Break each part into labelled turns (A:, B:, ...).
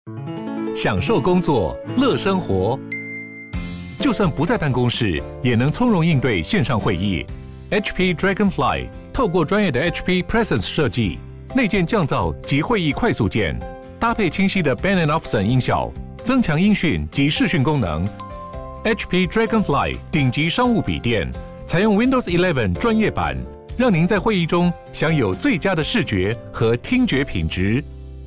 A: 享受工作，乐生活。就算不在办公室，也能从容应对线上会议。HP Dragonfly 透过专业的 HP Presence 设计，内建降噪及会议快速键，搭配清晰的 Bang & Olufsen 音效，增强音讯及视讯功能。HP Dragonfly 顶级商务笔电，采用 Windows 11专业版，让您在会议中享有最佳的视觉和听觉品质。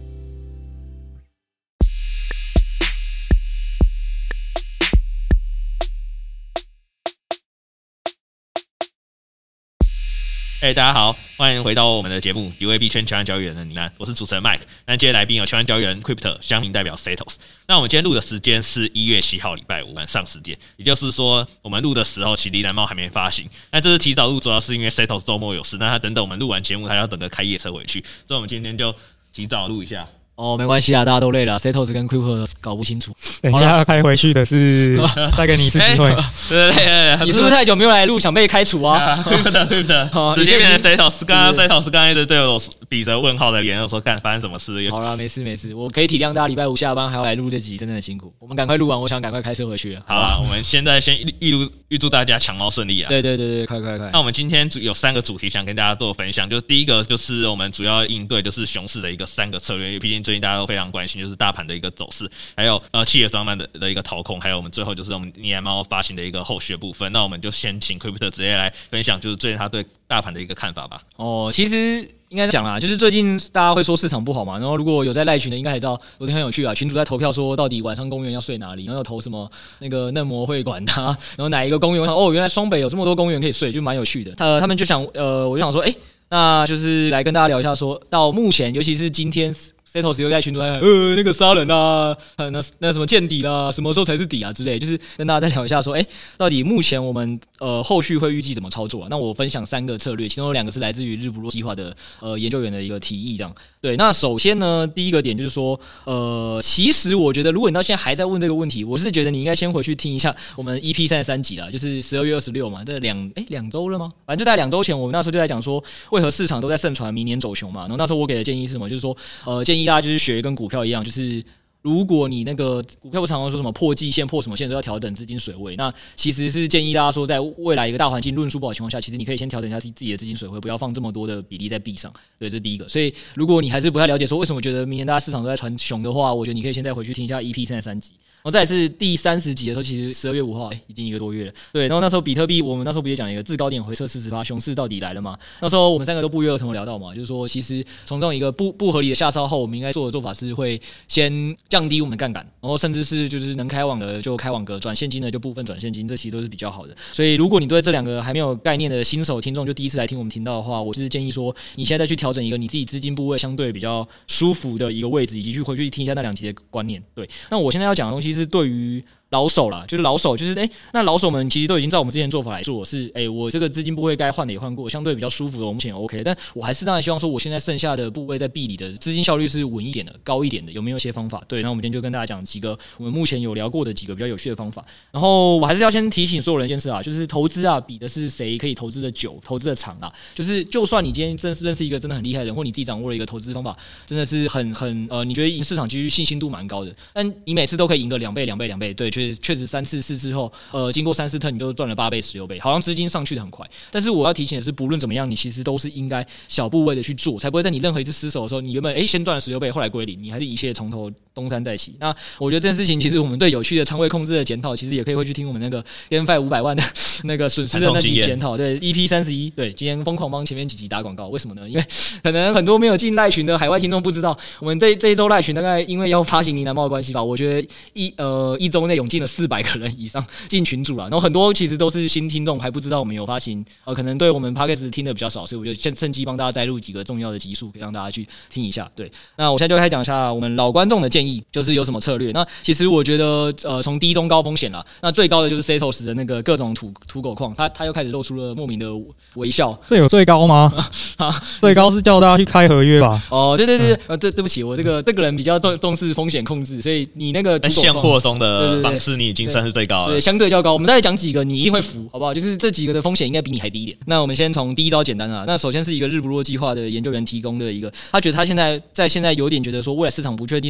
B: 大家好，欢迎回到我们的节目，几位币圈千万交易人的你呢？我是主持人 Mike。那今天来宾有千万交易人 Crypto 乡民代表 Setos。那我们今天录的时间是1月7号礼拜五晚上10点，也就是说我们录的时候，其实离蓝猫还没发行。那这次提早录，主要是因为 Setos 周末有事，那他等我们录完节目，他要等着开夜车回去，所以我们今天就提早录一下。
C: 哦，没关系啊，大家都累了 ，Setos 跟 Crypto 搞不清楚。
D: 等一下要开回去的是再给你一次机会。
B: 对，
C: 你是不是太久没有来录，想被开除啊
B: ？Crypto 直接变成 Setos。刚刚 Setos 刚才对我比着问号的脸，我说看发生什么事？
C: 好啦，没事，我可以体谅大家礼拜五下班还要来录这集，真的很辛苦。我们赶快录完，我想赶快开车回去了。
B: 好啦，我们现在先预祝大家抢猫顺利啊！
C: 对，快。
B: 那我们今天有3个主题想跟大家做分享，就是第一个就是我们主要应对就是熊市的一个3个策略，因为毕竟最近大家都非常关心，就是大盘的一个走势，还有企业专案的一个掏空，还有我们最后就是我们你蓝猫发行的一个后续的部分。那我们就先请 Crypto 直接来分享，就是最近他对大盘的一个看法吧。
C: 其实应该讲啦，就是最近大家会说市场不好嘛，然后如果有在赖群的，应该也知道昨天很有趣啊，群主在投票说到底晚上公园要睡哪里，然后要投什么那个嫩模会馆然后哪一个公园，原来双北有这么多公园可以睡，就蛮有趣的。他们就想我就想说，那就是来跟大家聊一下说到目前，尤其是今天。Setos 又在群组在那个杀人啊，那什么见底啦，什么时候才是底啊之类，就是跟大家再聊一下说，到底目前我们后续会预计怎么操作啊？那我分享3个策略，其中有2个是来自于日不落计划的研究员的一个提议这样。对，那首先呢，第一个点就是说，其实我觉得如果你到现在还在问这个问题，我是觉得你应该先回去听一下我们 EP 33集啦，就是12月26嘛，这2周了吗？反正就大概2周前，我们那时候就在讲说，为何市场都在盛传明年走熊嘛。然后那时候我给的建议是什么？就是说，建议大家就是学跟股票一样，就是如果你那个股票不常常说什么破季线、破什么线都要调整资金水位，那其实是建议大家说，在未来一个大环境论述不好的情况下，其实你可以先调整一下自己的资金水位，不要放这么多的比例在币上。对，这是第一个。所以如果你还是不太了解说为什么觉得明年大家市场都在传熊的话，我觉得你可以先再回去听一下 EP 33集。然后再来是第30集的时候，其实12月5号已经1个多月了。对，然后那时候比特币，我们那时候不也讲一个制高点回撤40%，熊市到底来了吗？那时候我们3个都不约而同的聊到嘛，就是说其实从这种一个不合理的下杀后，我们应该做的做法是会先降低我们的杠杆，然后甚至是就是能开网的就开网格，转现金的就部分转现金，这其实都是比较好的。所以如果你对这2个还没有概念的新手听众，就第一次来听我们频道的话，我就是建议说，你现在再去调整一个你自己资金部位相对比较舒服的一个位置，以及去回去听一下那2集的观念。对，那我现在要讲的东西是对于老手啦，就是老手，就是那老手们其实都已经照我们之前做法来做，是我这个资金部位该换的也换过，相对比较舒服的，我目前 OK， 但我还是当然希望说，我现在剩下的部位在币里的资金效率是稳一点的、高一点的，有没有一些方法？对，那我们今天就跟大家讲几个我们目前有聊过的几个比较有趣的方法。然后我还是要先提醒所有人一件事啊，就是投资啊，比的是谁可以投资的久、投资的长啦。就是就算你今天真是认识一个真的很厉害的人，或你自己掌握了一个投资方法，真的是很你觉得赢市场其实信心度蛮高的，但你每次都可以赢个2倍，对，确实3次4次后，经过3、4 turn 你就赚了8倍、16倍，好像资金上去的很快。但是我要提醒的是，不论怎么样，你其实都是应该小部位的去做，才不会在你任何一次失手的时候，你原本先赚了16倍，后来归零，你还是一切从头东山再起。那我觉得这件事情，其实我们对有趣的仓位控制的检讨，其实也可以回去听我们那个 GameFi 500万的那个损失的那集检讨，对 EP 31，对，今天疯狂帮前面几集打广告，为什么呢？因为可能很多没有进赖群的海外听众不知道，我们这一周赖群大概因为要发行呢喃猫的关系吧，我觉得一周内涌进了400个人以上进群组了，然后很多其实都是新听众，还不知道我们有发行，可能对我们 Podcast 听的比较少，所以我就趁机帮大家带入几个重要的集数，可以让大家去听一下。对，那我现在就开始讲一下我们老观众的建议，就是有什么策略。那其实我觉得，从低中高风险啦，那最高的就是 Setos 的那个各种土狗矿，他又开始露出了莫名的微笑。
D: 这有最高吗？最高是叫大家去开合约吧？
C: 哦，对，对不起，我这个人比较重视风险控制，所以你那个
B: 在现货中的方式，你已经算是最高了，
C: 对，相对较高。我们大概讲几个，你一定会服，好不好？就是这几个的风险应该比你还低一点。那我们先从第一招简单啊。那首先是一个日不落计划的研究员提供的一个，他觉得他现在有点觉得说，未来市场不确定的环境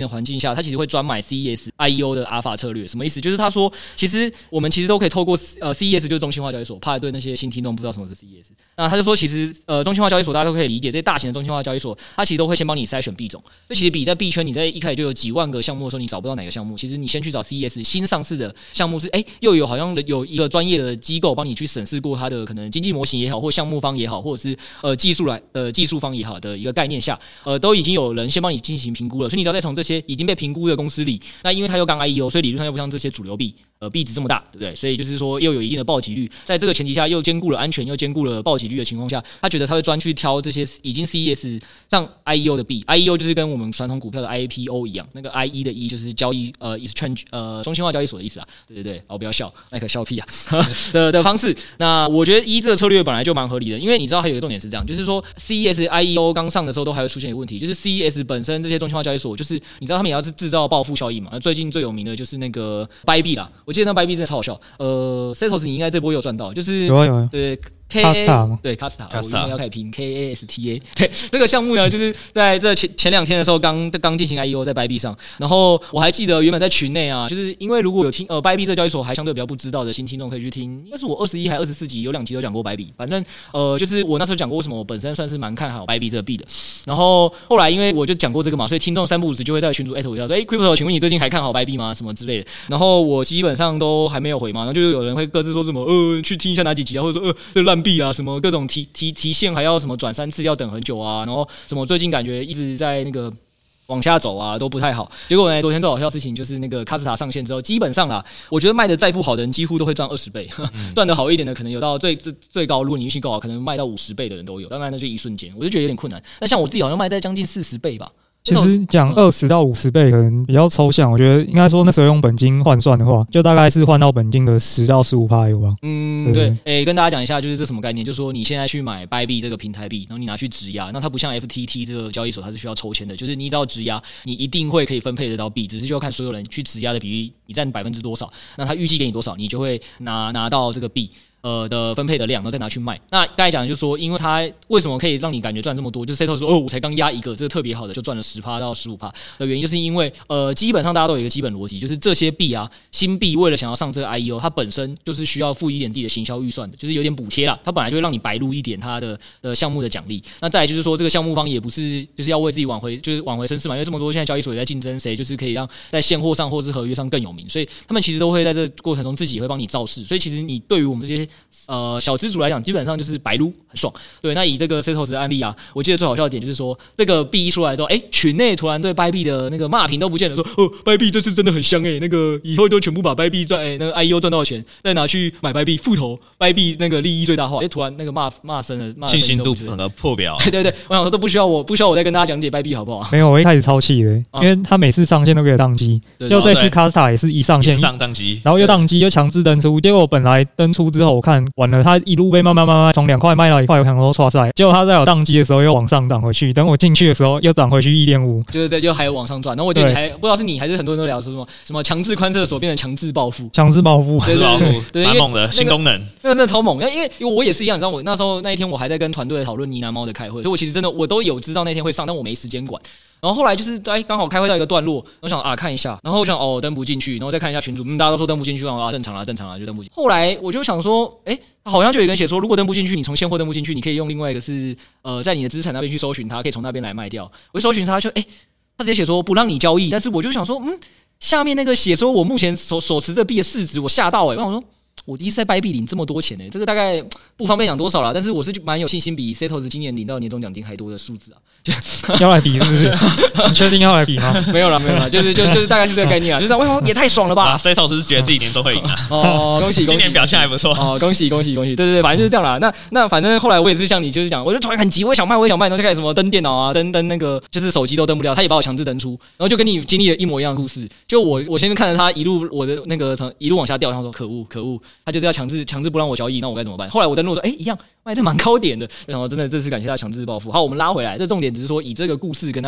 C: 下，他其实会专买 CES IEO 的 Alpha 策略。什么意思？就是他说，其实我们其实都可以透过CES 就是中心化交易所，怕对那些新听众不知道什么是 CES。那他就说，其实中心化交易所大家都可以理解，这些大型的中心化交易所，它其实都会先帮你筛选币种。所以其实比在币圈，你在一开始就有几万个项目的时候，你找不到哪个项目，其实你先去找 CES 新上市的项目是，又有好像有一个专业的机构帮你去审视过它的可能经济模型也好，或项目方也好，或者是技术方也好的一个概念下，都已经有人先帮你进行评估了。所以你只要再从这些已经被评估的公司里，那因为它又刚 IEO， 所以理论上又不像这些主流币。币值这么大，对不对？所以就是说，又有一定的报酬率，在这个前提下，又兼顾了安全，又兼顾了报酬率的情况下，他觉得他会专去挑这些已经 CES 上 IEO 的币 ，IEO 就是跟我们传统股票的 IPO 一样，那个 IE 的 E 就是交易exchange 中心化交易所的意思啊，对对对，不要笑，那个笑屁啊的方式。那我觉得这个策略本来就蛮合理的，因为你知道还有一个重点是这样，就是说 CES IEO 刚上的时候都还会出现一个问题，就是 CES 本身这些中心化交易所，就是你知道他们也要制造报复效应嘛。最近最有名的就是那个 Bybit 啦，我记得那 Bybit 真的超好笑。Setos 你应该这波有赚到，就是
D: 有啊，
C: 对。
D: Kasta 吗？
C: 对 Kasta， 我应该要开始拼 KASTA。对，这个项目呢，就是在这前2天的时候刚进行 IEO 在 Bybit 上，然后我还记得原本在群内啊，就是因为如果有听Bybit 这个交易所还相对比较不知道的新听众可以去听，应该是我21还24集有2集都讲过 Bybit， 反正就是我那时候讲过为什么我本身算是蛮看好 Bybit 这个币的，然后后来因为我就讲过这个嘛，所以听众3不5时就会在群组艾特我一下说Crypto 请问你最近还看好 Bybit 吗？什么之类的，然后我基本上都还没有回嘛，然后就有人会各自说什么去听一下哪几集啊，或者说这烂币啊什么各种提现还要什么转3次要等很久啊，然后什么最近感觉一直在那个往下走啊，都不太好。结果呢，昨天最好笑的事情就是那个卡斯塔上线之后，基本上啦，我觉得卖的再不好的人几乎都会赚20倍，赚得好一点的可能有到最高，如果你运气够好，可能卖到50倍的人都有。当然那就一瞬间，我就觉得有点困难。那像我自己好像卖在将近40倍吧。
D: 其实讲20到50倍可能比较抽象，我觉得应该说那时候用本金换算的话，就大概是换到本金的10到15%有吧？
C: 对，跟大家讲一下，就是这什么概念？就是说你现在去买 Bybit 这个平台币，然后你拿去质押，那它不像 FTT 这个交易所，它是需要抽签的，就是你只要质押，你一定会可以分配得到币，只是就要看所有人去质押的比例，你占多少，那他预计给你多少，你就会拿到这个币。的分配的量，然后再拿去卖。那刚才讲的就是说，因为它为什么可以让你感觉赚这么多？就是 Setos 说，我才刚压一个，这个特别好的就赚了10%到15%的原因，就是因为基本上大家都有一个基本逻辑，就是这些币啊，新币为了想要上这个 IEO， 它本身就是需要付一点自己的行销预算的，就是有点补贴啦。它本来就会让你白录一点它的项目的奖励。那再来就是说，这个项目方也不是就是要为自己挽回声势嘛，因为这么多现在交易所也在竞争，谁就是可以让在现货上或是合约上更有名，所以他们其实都会在这个过程中自己也会帮你造势。所以其实你对于我们这些小资主来讲，基本上就是白撸很爽。对，那以这个 Setos 的案例啊，我记得最好笑的点就是说，这个币一出来之后，群内突然对 Bybit 的那个骂评都不见了，说Bybit 这次真的很香那个以后就全部把 Bybit 赚那个 IEO 赚到的钱，再拿去买 Bybit 复投 Bybit 那个利益最大化。突然那个骂声了，
B: 信心度整个破表。
C: 对，我想说都不需要我再跟大家讲解 Bybit 好不好？
D: 没有，我一开始超气的，因为他每次上线都给我宕机，就这次 Kasta 也是一上线
B: 宕机，
D: 然后又宕机又强制登出，结果我本来登出之后，我看完了，他一路被慢慢从2块卖到1块，我想说唰塞，结果他在有宕机的时候又往上涨回去，等我进去的时候又涨回去1.5，
C: 对，又还有往上转。然后我觉得你还不知道是你还是很多人都聊说什么强制宽测所变成强制报复，
B: 对，蛮猛的新功能，
C: 那个真的超猛。因为我也是一样，你知道我那时候那一天我还在跟团队讨论呢喃猫的开会，所以我其实真的我都有知道那天会上，但我没时间管。然后后来就是刚好开会到一个段落，我想看一下，然后我想登不进去，然后再看一下群组，大家都说登不进去，正常啦，就登不进去。后来我就想说，好像就有一个人写说，如果登不进去，你从现货登不进去，你可以用另外一个是在你的资产那边去搜寻它，可以从那边来卖掉。我搜寻它就他直接写说不让你交易，但是我就想说，下面那个写说我目前手持这币的市值，我吓到我想说。我第一次在Bybit领这么多钱这个大概不方便讲多少啦，但是我是蛮有信心比 Setos 今年领到年终奖金还多的数字啊。
D: 要来比是不是？你确定要来比吗？
C: 没有啦，就是大概是这个概念啊，就是为什么也太爽了吧
B: ？Setos 是觉得自己年终会赢啊。
C: 恭喜！
B: 今年表现还不错
C: 恭喜！对，反正就是这样啦。那反正后来我也是像你就是讲，我就突然很急，我也想卖，然后就开始什么登电脑啊，登那个就是手机都登不了，他也把我强制登出，然后就跟你经历了一模一样的故事。就我先看着他一路我的那个一路往下掉，然后说可恶，他就是要强制不让我交易，那我该怎么办？后来我登录说，一样卖在蛮高点的，然后真的这次感谢他强制报复。好，我们拉回来，这重点只是说以这个故事跟大家讲，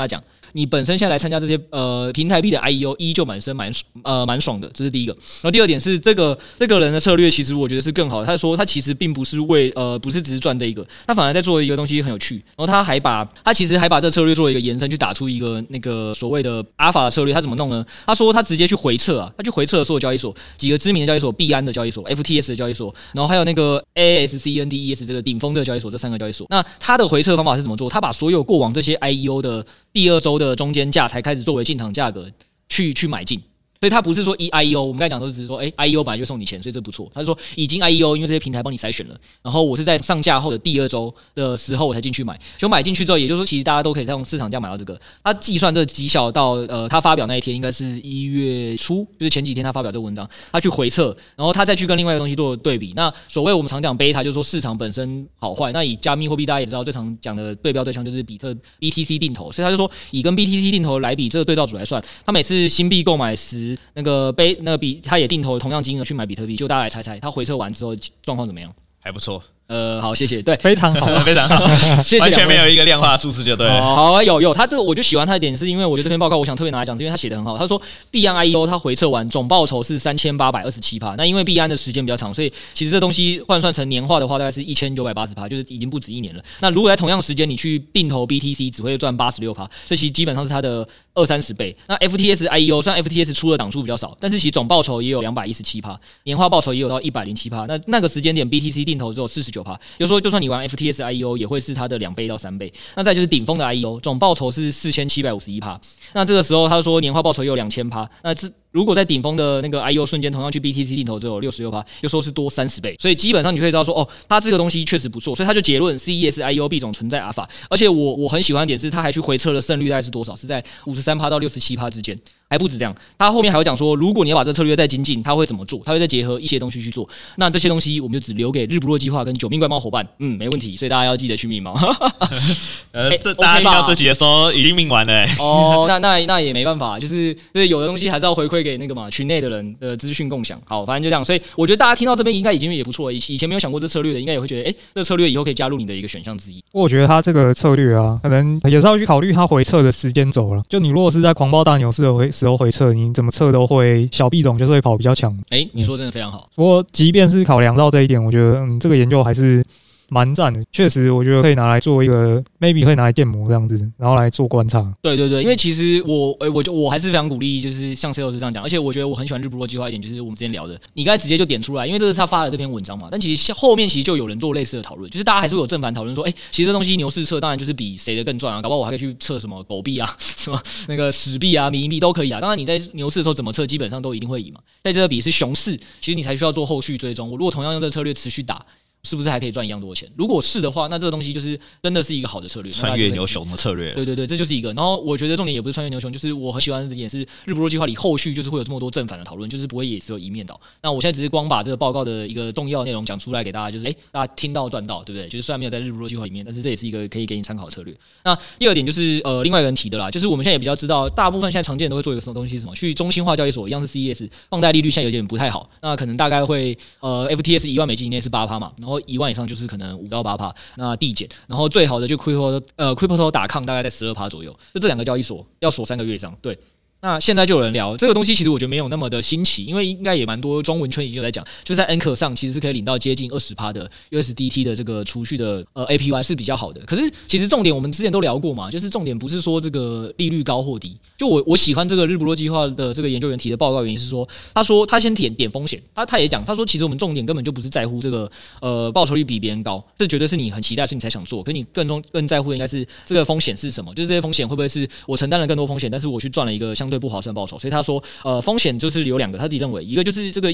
C: 你本身现在来参加这些平台币的 IEO 就蛮爽的，这是第一个。然后第二点是这个人的策略，其实我觉得是更好的。他说他其实并不是不是只是赚这一个，他反而在做一个东西很有趣。然后他其实还把这策略做一个延伸，去打出一个那个所谓的阿法的策略。他怎么弄呢？他说他直接去回测啊，他去回测所有交易所，几个知名的交易所，币安的交易所、FTS 的交易所，然后还有那个 ASCNDES 这个顶峰的交易所，这3个交易所。那他的回测方法是怎么做？他把所有过往这些 IEO 的第2周的中间价才开始作为进场价格去买进。所以他不是说IEO， 我们刚才讲都是只是说IEO 本来就送你钱，所以这不错。他是说已经 IEO， 因为这些平台帮你筛选了，然后我是在上架后的第2周的时候我才进去买，就买进去之后，也就是说其实大家都可以在用市场价买到这个。他计算这个绩效到他发表那一天应该是1月初，就是前几天他发表这个文章，他去回测，然后他再去跟另外一个东西做对比。那所谓我们常讲贝塔，就是说市场本身好坏。那以加密货币大家也知道，最常讲的对标对象就是BTC 定投，所以他就说以跟 BTC 定投来比，这个对照组来算，他每次新币购买时他也定投同样金额去买比特币，就大家来猜猜，他回测完之后状况怎么样？
B: 还不错。
C: 好，谢谢，对，
D: 非常好，
B: 非常好，
C: 谢谢，
B: 完全没有一个量化数字就对了。
C: 好，有他这个我就喜欢他的点，是因为我觉得这篇报告我想特别拿来讲，是因为他写的很好。他说币安 IEO 他回测完总报酬是3827%，那因为币安的时间比较长，所以其实这东西换算成年化的话，大概是1980%，就是已经不止1年了。那如果在同样时间你去定投 BTC， 只会赚86%，所以其实基本上是它的20-30倍。那 FTS IEO 虽然 FTS 出的档数比较少，但是其实总报酬也有217%，年化报酬也有到107%。那个时间点 BTC 定投只有49%，就说就算你玩 FTS IEO 也会是它的2倍到3倍。那再就是顶峰的 IEO 总报酬是4751%，那这个时候他说年化报酬也有2000%，那如果在顶峰的那个 IEO 瞬间同样去 BTC 定投只有66%，又说是多30倍，所以基本上你可以知道说它这个东西确实不错，所以他就结论 CES IEO 币种存在阿法，而且我很喜欢的点是他还去回测了胜率大概是多少，是在53%到67%之间，还不止这样，他后面还会讲说如果你要把这策略再精进，他会怎么做，他会再结合一些东西去做，那这些东西我们就只留给日不落计划跟九命怪猫伙伴，没问题，所以大家要记得去命猫。
B: 这大家听到这集的时候已经命完了
C: 那也没办法，就是有的东西还是要回馈给那个嘛群内的人的资讯共享。好，反正就这样，所以我觉得大家听到这边应该已经也不错了，以前没有想过这策略的，应该也会觉得这个策略以后可以加入你的一个选项之一。
D: 我觉得他这个策略啊，可能也是要去考虑他回测的时间轴了。就你如果是在狂暴大牛市的时候回测，你怎么测都会小币种就是会跑比较强。
C: 你说真的非常好。
D: 不过即便是考量到这一点，我觉得这个研究还是蛮赞的，确实我觉得可以拿来做一个 maybe 可以拿来建模这样子，然后来做观察。对，
C: 因为其实我还是非常鼓励，就是像 Sales 这样讲，而且我觉得我很喜欢日不落计划一点，就是我们之前聊的，你刚才直接就点出来，因为这是他发的这篇文章嘛，但其实后面其实就有人做类似的讨论，就是大家还是会有正反讨论说，其实这东西牛市测当然就是比谁的更赚啊，搞不好我还可以去测什么狗币啊，什么那个史币啊、迷币都可以啊。当然你在牛市的时候怎么测，基本上都一定会赢嘛。在这个比是熊市，其实你才需要做后续追踪。我如果同样用这个策略持续打，是不是还可以赚一样多钱？如果是的话，那这个东西就是真的是一个好的策略，
B: 穿越牛熊的策略。
C: 对，这就是一个。然后我觉得重点也不是穿越牛熊，就是我很喜欢的也是日不落计划里后续就是会有这么多正反的讨论，就是不会也只有一面倒。那我现在只是光把这个报告的一个重要内容讲出来给大家，就是大家听到赚到，对不对？就是虽然没有在日不落计划里面，但是这也是一个可以给你参考的策略。那第二点就是另外一个人提的啦，就是我们现在也比较知道，大部分现在常见人都会做一个什么东西，是什么？去中心化交易所一样是 CES， 放贷利率现在有点不太好，那可能大概会FTS 1万美金以内是 8% 嘛，然后1万以上就是可能5到8%，那递减，然后最好的就 Crypto.com 大概在12% 左右，就这2个交易所要锁3个月以上，对。那现在就有人聊这个东西，其实我觉得没有那么的新奇，因为应该也蛮多中文圈已经有在讲，就是在 Anchor 上其实是可以领到接近20% 的 USDT 的这个储蓄的APY 是比较好的。可是其实重点我们之前都聊过嘛，就是重点不是说这个利率高或低。就我喜欢这个日不落计划的这个研究员提的报告，原因是说，他说他先点风险，他也讲，他说其实我们重点根本就不是在乎这个报酬率比别人高，这绝对是你很期待，所以你才想做。可是你更在乎的应该是这个风险是什么，就是这些风险会不会是我承担了更多风险，但是我去赚了一个相对不划算报酬。所以他说风险就是有2个，他自己认为一个就是这个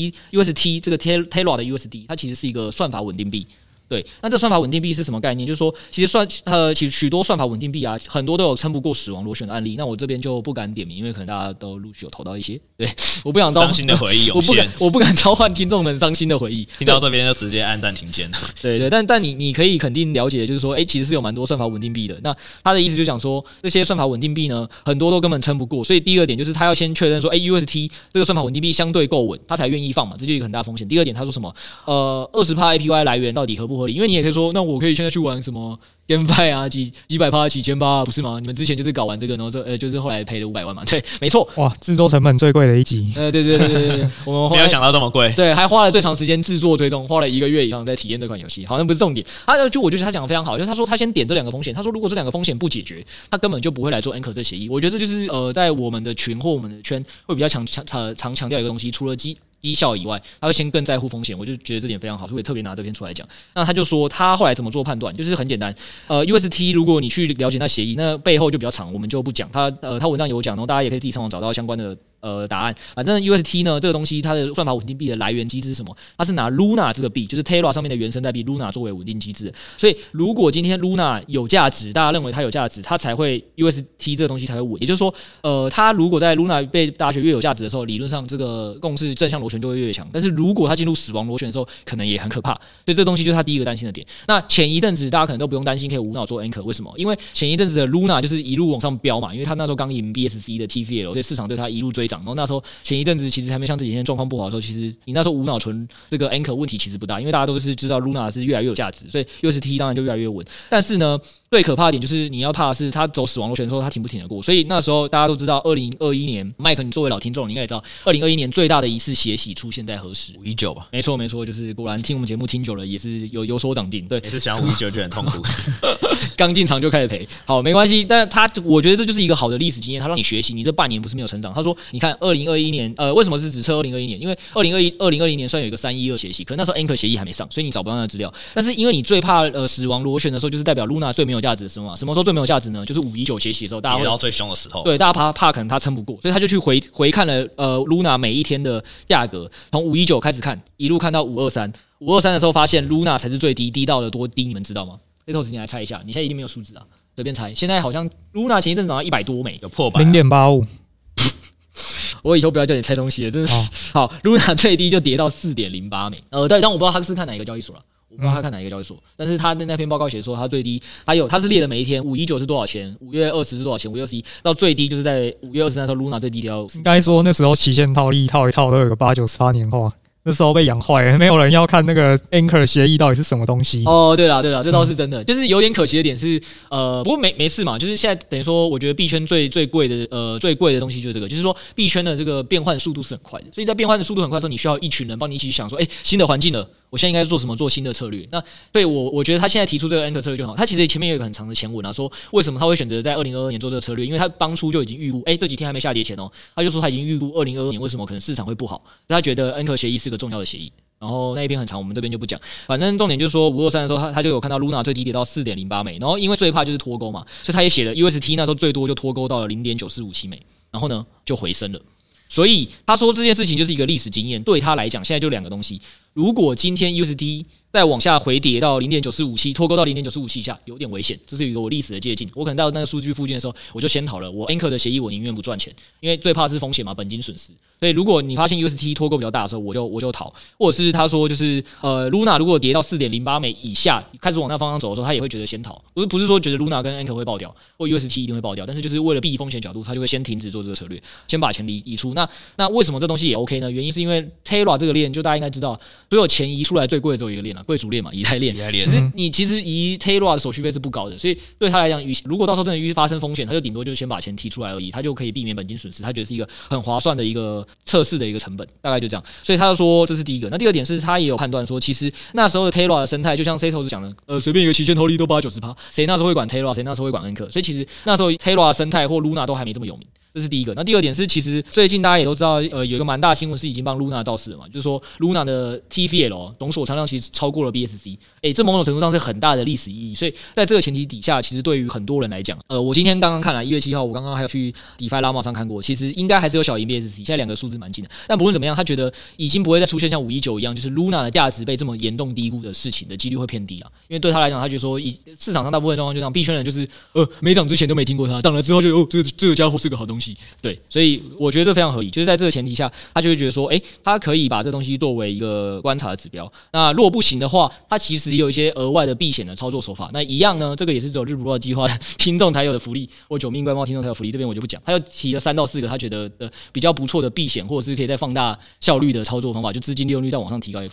C: UST 这个 Terra 的 USD， 它其实是一个算法稳定币。对，那这算法稳定币是什么概念？就是说，其实许多算法稳定币啊，很多都有撑不过死亡螺旋的案例。那我这边就不敢点名，因为可能大家都陆续有投到一些。对，我不想
B: 伤心的回忆涌现，
C: 我不敢召唤听众们伤心的回忆。
B: 听到这边就直接按暂停键。
C: 对，但你可以肯定了解，就是说，其实是有蛮多算法稳定币的。那他的意思就讲说，这些算法稳定币呢，很多都根本撑不过。所以第二点就是他要先确认说，UST 这个算法稳定币相对够稳，他才愿意放嘛，这就是一个很大风险。第二点他说什么？20% APY 来源到底合不合理，因为你也可以说，那我可以现在去玩什么 GameFi 啊，几百趴、几千趴，不是吗？你们之前就是搞完这个，然后就是后来赔了500万嘛，对，没错。
D: 哇，制作成本最贵的一集。
C: 对，我们
B: 没有想到这么贵。
C: 对，还花了最长时间制作追踪，花了1个月以上在体验这款游戏。好像不是重点，我觉得他讲的非常好，就是他说他先点这2个风险，他说如果这2个风险不解决，他根本就不会来做 Anchor 这协议。我觉得这就是在我们的群或我们的圈会比较常强调一个东西，除了绩效以外，他会先更在乎风险，我就觉得这点非常好，所以我特别拿这篇出来讲。那他就说他后来怎么做判断，就是很简单。UST 如果你去了解那协议，那背后就比较长，我们就不讲。他文章有讲，然后大家也可以自己上网找到相关的答案。反正 UST 呢这个东西，它的算法稳定币的来源机制是什么？它是拿 Luna 这个币，就是 Terra 上面的原生代币 Luna 作为稳定机制。所以如果今天 Luna 有价值，大家认为它有价值，它才会 UST 这个东西才会稳。也就是说，它如果在 Luna 被大家觉得越有价值的时候，理论上这个共识正向螺旋就会越强。但是如果它进入死亡螺旋的时候，可能也很可怕。所以这东西就是它第一个担心的点。那前一阵子大家可能都不用担心，可以无脑做 Anchor， 为什么？因为前一阵子的 Luna 就是一路往上飙嘛，因为它那时候刚赢 BSC 的 TVL， 所以市场对它一路追涨。然后那时候前一阵子其实还没像这几天状况不好的时候，其实你那时候无脑存这个 Anchor 问题其实不大，因为大家都是知道 Luna 是越来越有价值，所以 UST 当然就越来越稳。但是呢，最可怕的点就是你要怕的是它走死亡螺旋的时候，它挺不挺得过。所以那时候大家都知道，2021年，麦克，你作为老听众，你应该也知道，2021年最大的一次血洗出现在何时
B: ？519吧。
C: 没错，就是果然听我们节目听久了，也是有所长进。对，
B: 也是想519就很痛苦，
C: 刚进场就开始赔。好，没关系，但我觉得这就是一个好的历史经验，它让你学习，你这半年不是没有成长。他说，你看2021年，为什么是只测2021年？因为2020年虽然有一个312协议，可是那时候 Anchor 协议还没上，所以你找不到那个资料。但是因为你最怕死亡螺旋的时候，就是代表 Luna 最没有价值的时候嘛。什么时候最没有价值呢？就是519协议的时候，大家会
B: 跌到最凶的时候。
C: 对，大家怕可能它撑不过，所以他就去回看了Luna 每一天的价格，从519开始看，一路看到523。523的时候发现 Luna 才是最低到了多低，你们知道吗？Setos 你来猜一下，你现在一定没有数字啊，随便猜。现在好像 Luna 前一阵涨到100多美，
B: 有破百
D: 0.85。
C: 我以后不要叫你猜东西了，真的是好。Luna 最低就跌到4.08美，对，但我不知道他是看哪一个交易所了。我不知道他看哪一个交易所，但是他的那篇报告写说，他最低他是列了每一天519是多少钱，5月20是多少钱，5月21到最低就是在5月23的时候 ，Luna 最低掉。
D: 应该说那时候期限套利套一套都有个80-90%年化。那时候被养坏了，没有人要看那个 Anchor 协议到底是什么东西。
C: 哦，对啦，这倒是真的，就是有点可惜的点是，不过没事嘛，就是现在等于说，我觉得币圈最贵的东西就是这个，就是说币圈的这个变换速度是很快的，所以在变换的速度很快的时候，你需要一群人帮你一起想说，新的环境了，我现在应该做什么，做新的策略。那对我觉得他现在提出这个 Anchor 策略就好，他其实前面有一个很长的前文啊，说为什么他会选择在2022年做这个策略，因为他当初就已经预估，这几天还没下跌前哦，他就说他已经预估2022年为什么可能市场会不好，所以他觉得 Anchor 协议是个重要的协议。然后那一篇很长，我们这边就不讲。反正重点就是说，523的时候，他就有看到 Luna 最低跌到4.08美，然后因为最怕就是脱钩嘛，所以他也写了 UST 那时候最多就脱钩到了0.9457美，然后呢就回升了。所以他说这件事情就是一个历史经验，对他来讲，现在就2个东西。如果今天 UST 再往下回跌到0.9457，脱钩到0.9457以下，有点危险。这是一个我历史的借鉴。我可能到那个数据附近的时候，我就先讨了。我 Anchor 的协议，我宁愿不赚钱，因为最怕是风险嘛，本金损失。所以如果你发现 UST 脱钩比较大的时候，我就逃。或者是他说就是Luna 如果跌到4.08美以下，开始往那方向走的时候，他也会觉得先逃。不是说觉得 Luna 跟 Anchor 会爆掉，或 UST 一定会爆掉，但是就是为了避风险角度，他就会先停止做这个策略，先把钱移出。那为什么这东西也 OK 呢？原因是因为 Terra 这个链，就大家应该知道，所有钱移出来最贵的只有一个链啊，贵族链嘛，以太链。其实移 Terra 的手续费是不高的，所以对他来讲，如果到时候真的发生风险，他就顶多就先把钱提出来而已，他就可以避免本金损失。他觉得是一个很划算的一个测试的一个成本，大概就这样。所以他就说这是第一个。那第二点是他也有判断说，其实那时候的 Terra 的生态，就像 Setos 讲的，随便一个期间投利都80-90%，谁那时候会管 Terra， 谁那时候会管 Anchor？ 所以其实那时候 Terra 的生态或 Luna 都还没这么有名。这是第一个。那第二点是，其实最近大家也都知道，有一个蛮大的新闻是已经帮 Luna 造势了嘛，就是说 Luna 的 TVL 总锁仓量其实超过了 BSC，这某种程度上是很大的历史意义。所以在这个前提底下，其实对于很多人来讲，我今天刚刚看了1月7号，我刚刚还有去 DeFi Llama 上看过，其实应该还是有小赢 BSC， 现在两个数字蛮近的。但不论怎么样，他觉得已经不会再出现像519一样，就是 Luna 的价值被这么严重低估的事情的几率会偏低了。因为对他来讲，他觉得说市场上大部分状况就这样，币圈人就是没涨之前都没听过他，涨了之后就这个家伙是个好东西，对。所以我觉得这非常合理，就是在这个前提下，他就会觉得说，他可以把这东西作为一个观察的指标。那如果不行的话，他其实也有一些额外的避险的操作手法。那一样呢，这个也是只有日不落计划的听众才有的福利，或九命观猫听众才有福利。这边我就不讲，他又提了3到4个他觉得比较不错的避险，或者是可以再放大效率的操作方法，就资金利用率再往上提高一个方法。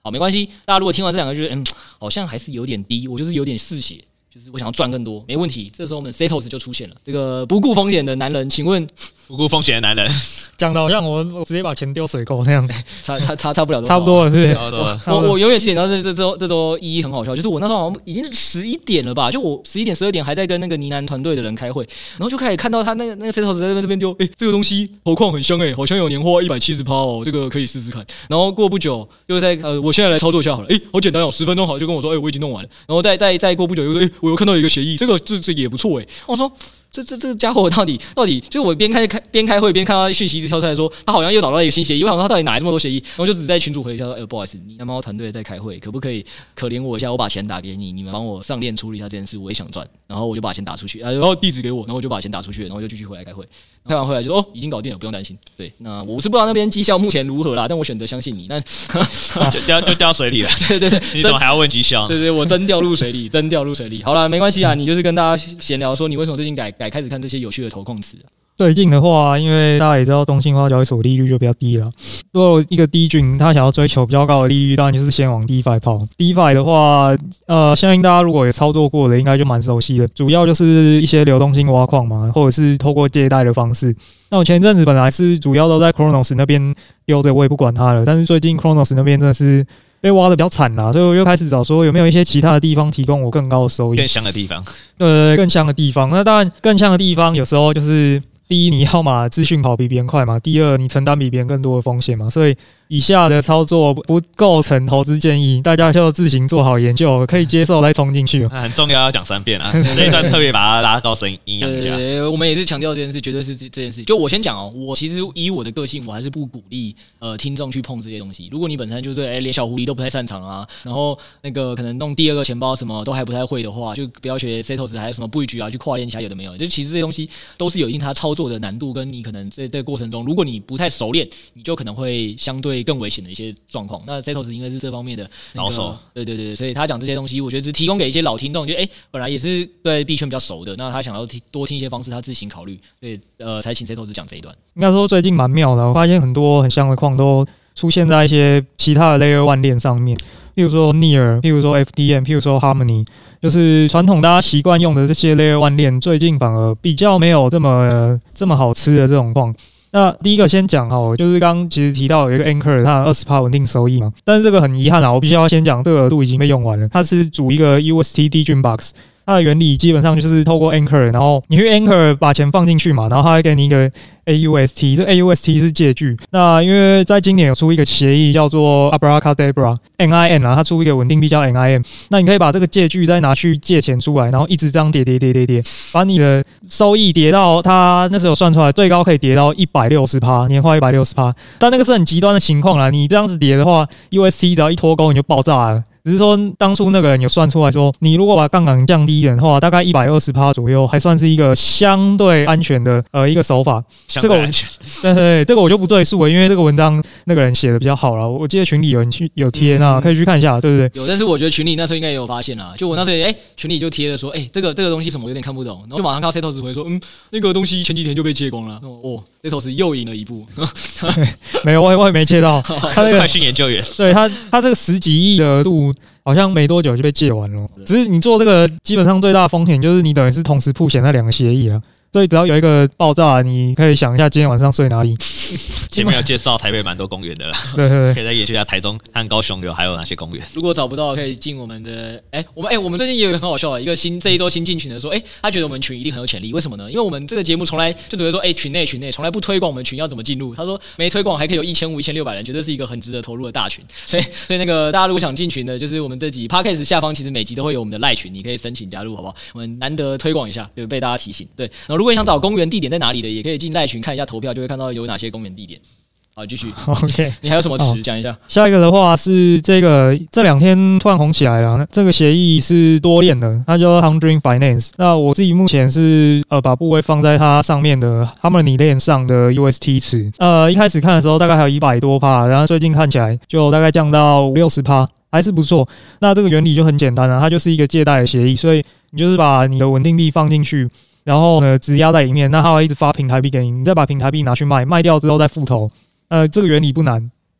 C: 好，没关系，大家如果听完这两个觉得好像还是有点低，我就是有点嗜血。就是我想要赚更多，没问题。这时候我们 Setos 就出现了，这个不顾风险的男人，请问
B: 不顾风险的男人，
D: 讲的好像我直接把钱丢水沟那样，
C: 差不了多少，
D: 差不多了，是不是？
C: 我永远记得，然后这周一很好笑，就是我那时候好像已经11点了吧，就我11点12点还在跟那个呢喃团队的人开会，然后就开始看到他那个 Setos 在这边丢，这个东西投矿很香好像有年化170%哦，这个可以试试看。然后过不久又在我现在来操作一下好了，好简单哦，10分钟好就跟我说，我已经弄完了。然后再过不久又说，我又看到一个协议，这也不错我说。这个家伙到底，就是我边开会边看到讯息一直跳出来说，他好像又找到一个新协议。我想说他到底哪来这么多协议？然后就只在群组回一下说，不好意思，你蓝猫团队在开会，可不可以可怜我一下？我把钱打给你，你们帮我上链处理一下这件事，我也想赚。然后我就把钱打出去，然后地址给我，然后我就把钱打出去，然后就继续回来开会。开完会来就说已经搞定了，不用担心。对，那我是不知道那边绩效目前如何啦，但我选择相信你。但
B: 就掉水里了。
C: 对，
B: 你怎么还要问绩效？
C: 对，我真掉入水里，真掉入水里。好了，没关系啊，你就是跟大家闲聊说，你为什么最近开始看这些有趣的投控词啊？
D: 最近的话，因为大家也知道，中心化交易所利率就比较低了。如果一个低均他想要追求比较高的利率，当然就是先往 DeFi 跑。DeFi 的话，相信大家如果有操作过的，应该就蛮熟悉的。主要就是一些流动性挖矿嘛，或者是透过借贷的方式。那我前一阵子本来是主要都在 Cronos 那边丢着，我也不管它了。但是最近 Cronos 那边真的是被挖的比较惨啦，所以我又开始找说有没有一些其他的地方提供我更高的收益，
B: 更香的地方。
D: 更香的地方。那当然，更香的地方有时候就是。第一，你要嘛资讯跑比别人快嘛；第二，你承担比别人更多的风险嘛。所以以下的操作不构成投资建议，大家就自行做好研究，可以接受再冲进去。
B: 很重要，要讲3遍啊！这一段特别把它拉高声音养一下。
C: 我们也是强调这件事，绝对是这件事。就我先讲哦，我其实以我的个性，我还是不鼓励听众去碰这些东西。如果你本身就对连小狐狸都不太擅长啊，然后那个可能弄第2个钱包什么都还不太会的话，就不要学 Setos 还有什么bridge啊，去跨链一下有的没有。就其实这些东西都是有一定它操作的难度，跟你可能在这个过程中，如果你不太熟练，你就可能会相对更危险的一些状况。那 Setos 应该是这方面的
B: 老手，
C: 对，所以他讲这些东西，我觉得只提供给一些老听众，就本来也是对币圈比较熟的，那他想要多听一些方式，他自行考虑，对，才请 Setos 讲这一段。
D: 应该说最近蛮妙的，我发现很多很香的矿都出现在一些其他的 Layer 1链上面，譬如说 Near， 譬如说 FDM， 譬如说 Harmony， 就是传统大家习惯用的这些 Layer 1链，最近反而比较没有这么好吃的这种矿。那第一个先讲好，就是刚刚其实提到有一个 Anchor， 它的 20% 稳定收益嘛，但是这个很遗憾啦，我必须要先讲这个额度已经被用完了，它是组一个 UST DGen Box。它的原理基本上就是透过 Anchor， 然后你去 Anchor 把钱放进去嘛，然后它会给你一个 AUST， 这 AUST 是借据。那因为在今年有出一个协议叫做 Abracadabra NIM 啊，它出一个稳定币叫 NIM， 那你可以把这个借据再拿去借钱出来，然后一直这样跌，把你的收益跌到它那时候算出来最高可以跌到 160%， 年化 160%， 但那个是很极端的情况啦，你这样子跌的话 UST 只要一脱钩你就爆炸了。只是说，当初那个人有算出来说，你如果把杠杆降低一点的话，大概 120% 左右，还算是一个相对安全的一个手法。
B: 相对安全。
D: 对，这个我就不对数了，因为这个文章那个人写的比较好了。我记得群里有人有贴，那可以去看一下，对不对？
C: 有，但是我觉得群里那时候应该也有发现啦。就我那时候群里就贴了说，这个东西什么我有点看不懂，然后就马上看到 Setos 回说，那个东西前几天就被借光了。Setos 又赢了一步。
D: 没有，我也没借到。他那个
B: 快讯研究员，
D: 对他这个10几亿的额度。好像没多久就被借完了，只是你做这个基本上最大的风险就是你等于是同时曝险那2个协议啊，所以只要有一个爆炸，你可以想一下今天晚上睡哪里。
B: 前面有介绍台北蛮多公园的啦，
D: 对，
B: 可以再延续一下台中和高雄还有哪些公园。
C: 如果找不到，可以进我们的我们最近也有一个很好笑的一个这一周新进群的说，他觉得我们群一定很有潜力，为什么呢？因为我们这个节目从来就只会说群内从来不推广我们群要怎么进入。他说没推广还可以有1500、1600人，绝对是一个很值得投入的大群。所以那个大家如果想进群的，就是我们这集 Podcast 下方其实每集都会有我们的赖群，你可以申请加入，好不好？我们难得推广一下，就被大家提醒。对，然后如果你想找公园地点在哪里的，也可以进赖群看一下投票，就会看到有哪些公园地点。好，继续。
D: OK，
C: 你还有什么词讲一下？
D: 下一个的话是这2天突然红起来了，这个协议是多链的，它叫 Hundred Finance。那我自己目前是把部位放在它上面的 Harmony 链上的 UST 池。一开始看的时候大概还有100多%，然后最近看起来就大概降到50-60%，还是不错。那这个原理就很简单了，它就是一个借贷的协议，所以你就是把你的稳定币放进去。然后呢，质押在里面，那它会一直发平台币给你，你再把平台币拿去卖掉之后再复投。这个原理不难，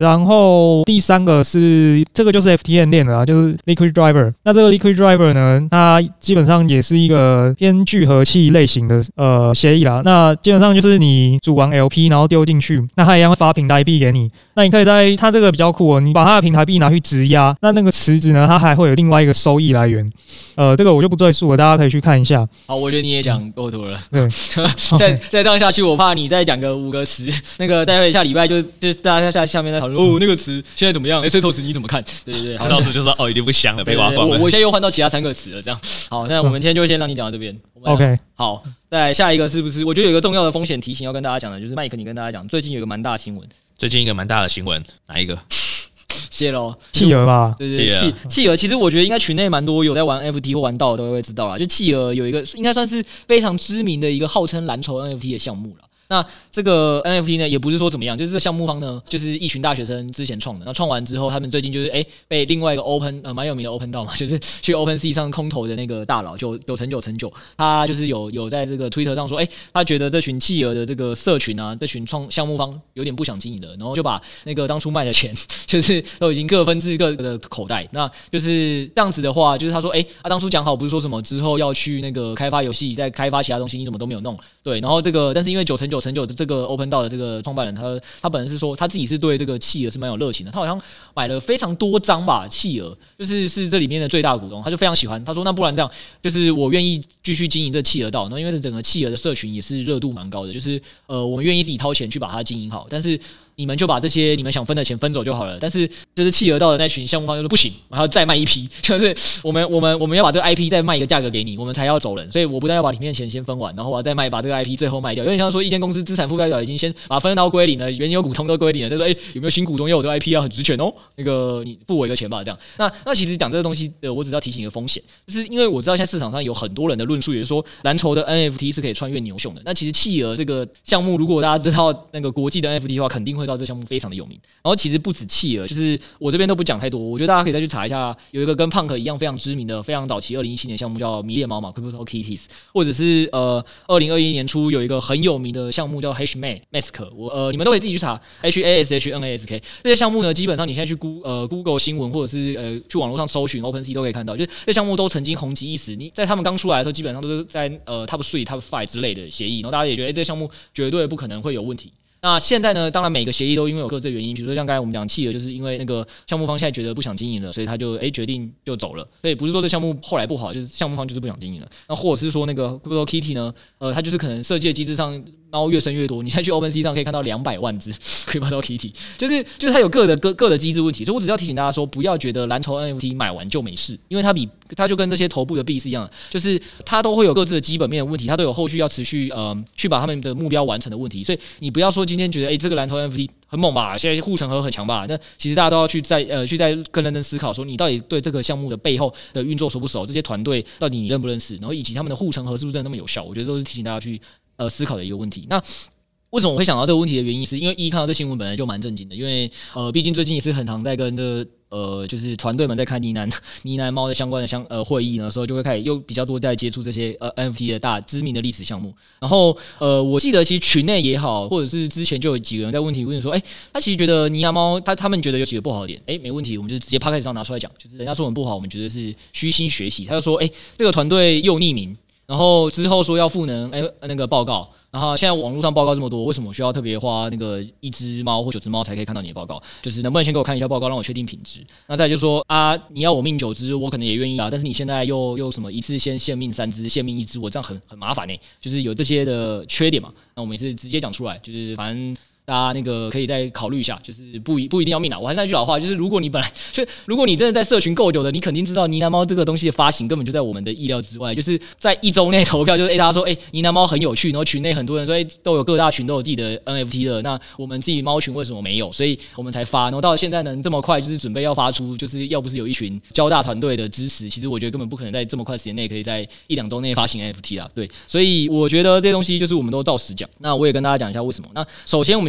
D: 然后第3个是这个就是 FTN 链的就是 Liquid Driver。那这个 Liquid Driver 呢，它基本上也是一个偏聚合器类型的协议啦。那基本上就是你组完 LP 然后丢进去，那它一样会发平台币给你。那你可以在它这个比较酷你把它的平台币拿去质押，那个池子呢，它还会有另外一个收益来源。这个我就不赘述了，大家可以去看一下。
C: 好，我觉得你也讲够多了。
D: 对，
C: 再这样下去，我怕你再讲个5个词，那个待会下礼拜就大家下面在讨论那个词现在怎么样？Setos 你怎么看？对，
B: 到时候就说一定不香了，被挖光了。
C: 我现在又换到其他3个词了，这样。好，那我们今天就先让你讲到这边。
D: OK，
C: 好，再来下一个是不是？我觉得有一个重要的风险提醒要跟大家讲的，就是麦克，你跟大家讲，最近有一个蛮大的新闻。
B: 最近一个蛮大的新闻，哪一个？
C: 谢喽，
D: 企鹅吧，
C: 对，企鹅，其实我觉得应该群内蛮多有在玩 NFT 或玩到的都会知道啦。就企鹅有一个应该算是非常知名的一个号称蓝筹 NFT 的项目了。那这个 NFT 呢，也不是说怎么样，就是这个项目方呢，就是一群大学生之前创的。那创完之后，他们最近就是被另外一个 蛮有名的 Open 道嘛，就是去 OpenSea 上空投的那个大佬999，他就是有在这个 Twitter 上说，他觉得这群企鹅的这个社群啊，这群项目方有点不想经营了，然后就把那个当初卖的钱，就是都已经各分至各的口袋。那就是这样子的话，就是他说，当初讲好不是说什么之后要去那个开发游戏，再开发其他东西，你怎么都没有弄？对，然后这个，但是因为999的这个 Open 道的这个创办人，他本人是说他自己是对这个企鹅是蛮有热情的，他好像买了非常多张吧，企鹅是这里面的最大股东，他就非常喜欢。他说那不然这样，就是我愿意继续经营这企鹅道，那因为这整个企鹅的社群也是热度蛮高的，就是我们愿意自己掏钱去把它经营好，但是你们就把这些你们想分的钱分走就好了。但是就是企鹅道的那群项目方就说不行，我还要再卖一批，就是我们要把这个 IP 再卖一个价格给你，我们才要走人。所以我不但要把里面的钱先分完，然后我要再把这个 IP 最后卖掉。有点像说一间公司资产负债表已经先把分到归零了，原有股东都归零了，就说有没有新股东？因为我这个 IP 要很值钱哦，那个你付我一个钱吧，这样。那其实讲这个东西，我只是要提醒一个风险，就是因为我知道现在市场上有很多人的论述，也就是说蓝筹的 NFT 是可以穿越牛熊的。那其实企鹅这个项目，如果大家知道那个国际的 NFT 的话，肯定会知道这个项目非常的有名。然后其实不止企鹅，就是我这边都不讲太多，我觉得大家可以再去查一下，有一个跟 Punk 一样非常知名的、非常早期2017年项目叫迷恋猫嘛 ，Crypto Kitties， 或者是2021年初有一个很有名的项目叫 Hashmask， 你们都可以自己去查 HASHNASK 这些项目呢，基本上你现在去Google 新闻或者是去网络上搜寻 OpenSea 都可以看到，就是这项目都曾经红极一时。你在他们刚出来的时候，基本上都是在Top 3、Top 5之类的协议，然后大家也觉得这些项目绝对不可能会有问题。那现在呢？当然每个协议都因为有各自的原因，比如说像刚才我们讲企鹅，就是因为那个项目方现在觉得不想经营了，所以他就决定就走了。所以不是说这项目后来不好，就是项目方就是不想经营了。那或者是说那个 Crypto Kitty 呢？它就是可能设计的机制上猫越生越多，你现在去 OpenSea 上可以看到200万只 Crypto Kitty， 就是它有各的机制问题。所以我只是要提醒大家说，不要觉得蓝筹 NFT 买完就没事，因为它就跟这些头部的币是一样的，就是它都会有各自的基本面的问题，它都有后续要持续去把他们的目标完成的问题。所以你不要说今天觉得这个蓝筹 NFT 很猛吧，现在护城河很强吧，那其实大家都要去再更认真思考说，你到底对这个项目的背后的运作熟不熟，这些团队到底你认不认识，然后以及他们的护城河是不是真的那么有效，我觉得都是提醒大家去思考的一个问题。那为什么我会想到这个问题的原因，是因为看到这新闻本来就蛮震惊的，因为毕竟最近也是很常在跟就是团队们在看呢喃猫的相关的会议呢，时候就会开始又比较多在接触这些NFT 的知名的历史项目。然后我记得其实群内也好，或者是之前就有几个人在问说，他其实觉得呢喃猫他们觉得有几个不好的点，没问题，我们就直接 podcast 上拿出来讲，就是人家说我们不好，我们觉得是虚心学习。他就说，这个团队又匿名，然后之后说要赋能那个报告。然后现在网络上报告这么多，为什么需要特别花那个1只猫或9只猫才可以看到你的报告？就是能不能先给我看一下报告，让我确定品质？那再就是说你要我命9只，我可能也愿意啊，但是你现在又什么一次先限命3只，限命1只，我这样很麻烦就是有这些的缺点嘛。那我们也是直接讲出来，就是反正大家那个可以再考虑一下，就是不一定要命啦。我还是那句老话，就是如果你真的在社群够久的，你肯定知道呢喃猫这个东西的发行根本就在我们的意料之外。就是在1周内投票，就是大家说呢喃猫很有趣，然后群内很多人说都有各大群都有自己的 NFT 了，那我们自己猫群为什么没有？所以我们才发，然后到现在能这么快就是准备要发出，就是要不是有一群交大团队的支持，其实我觉得根本不可能在这么快时间内可以在1-2周内发行 NFT 啦。对，所以我觉得这些东西就是我们都照实讲。那我也跟大家讲一下为什么。那首先我们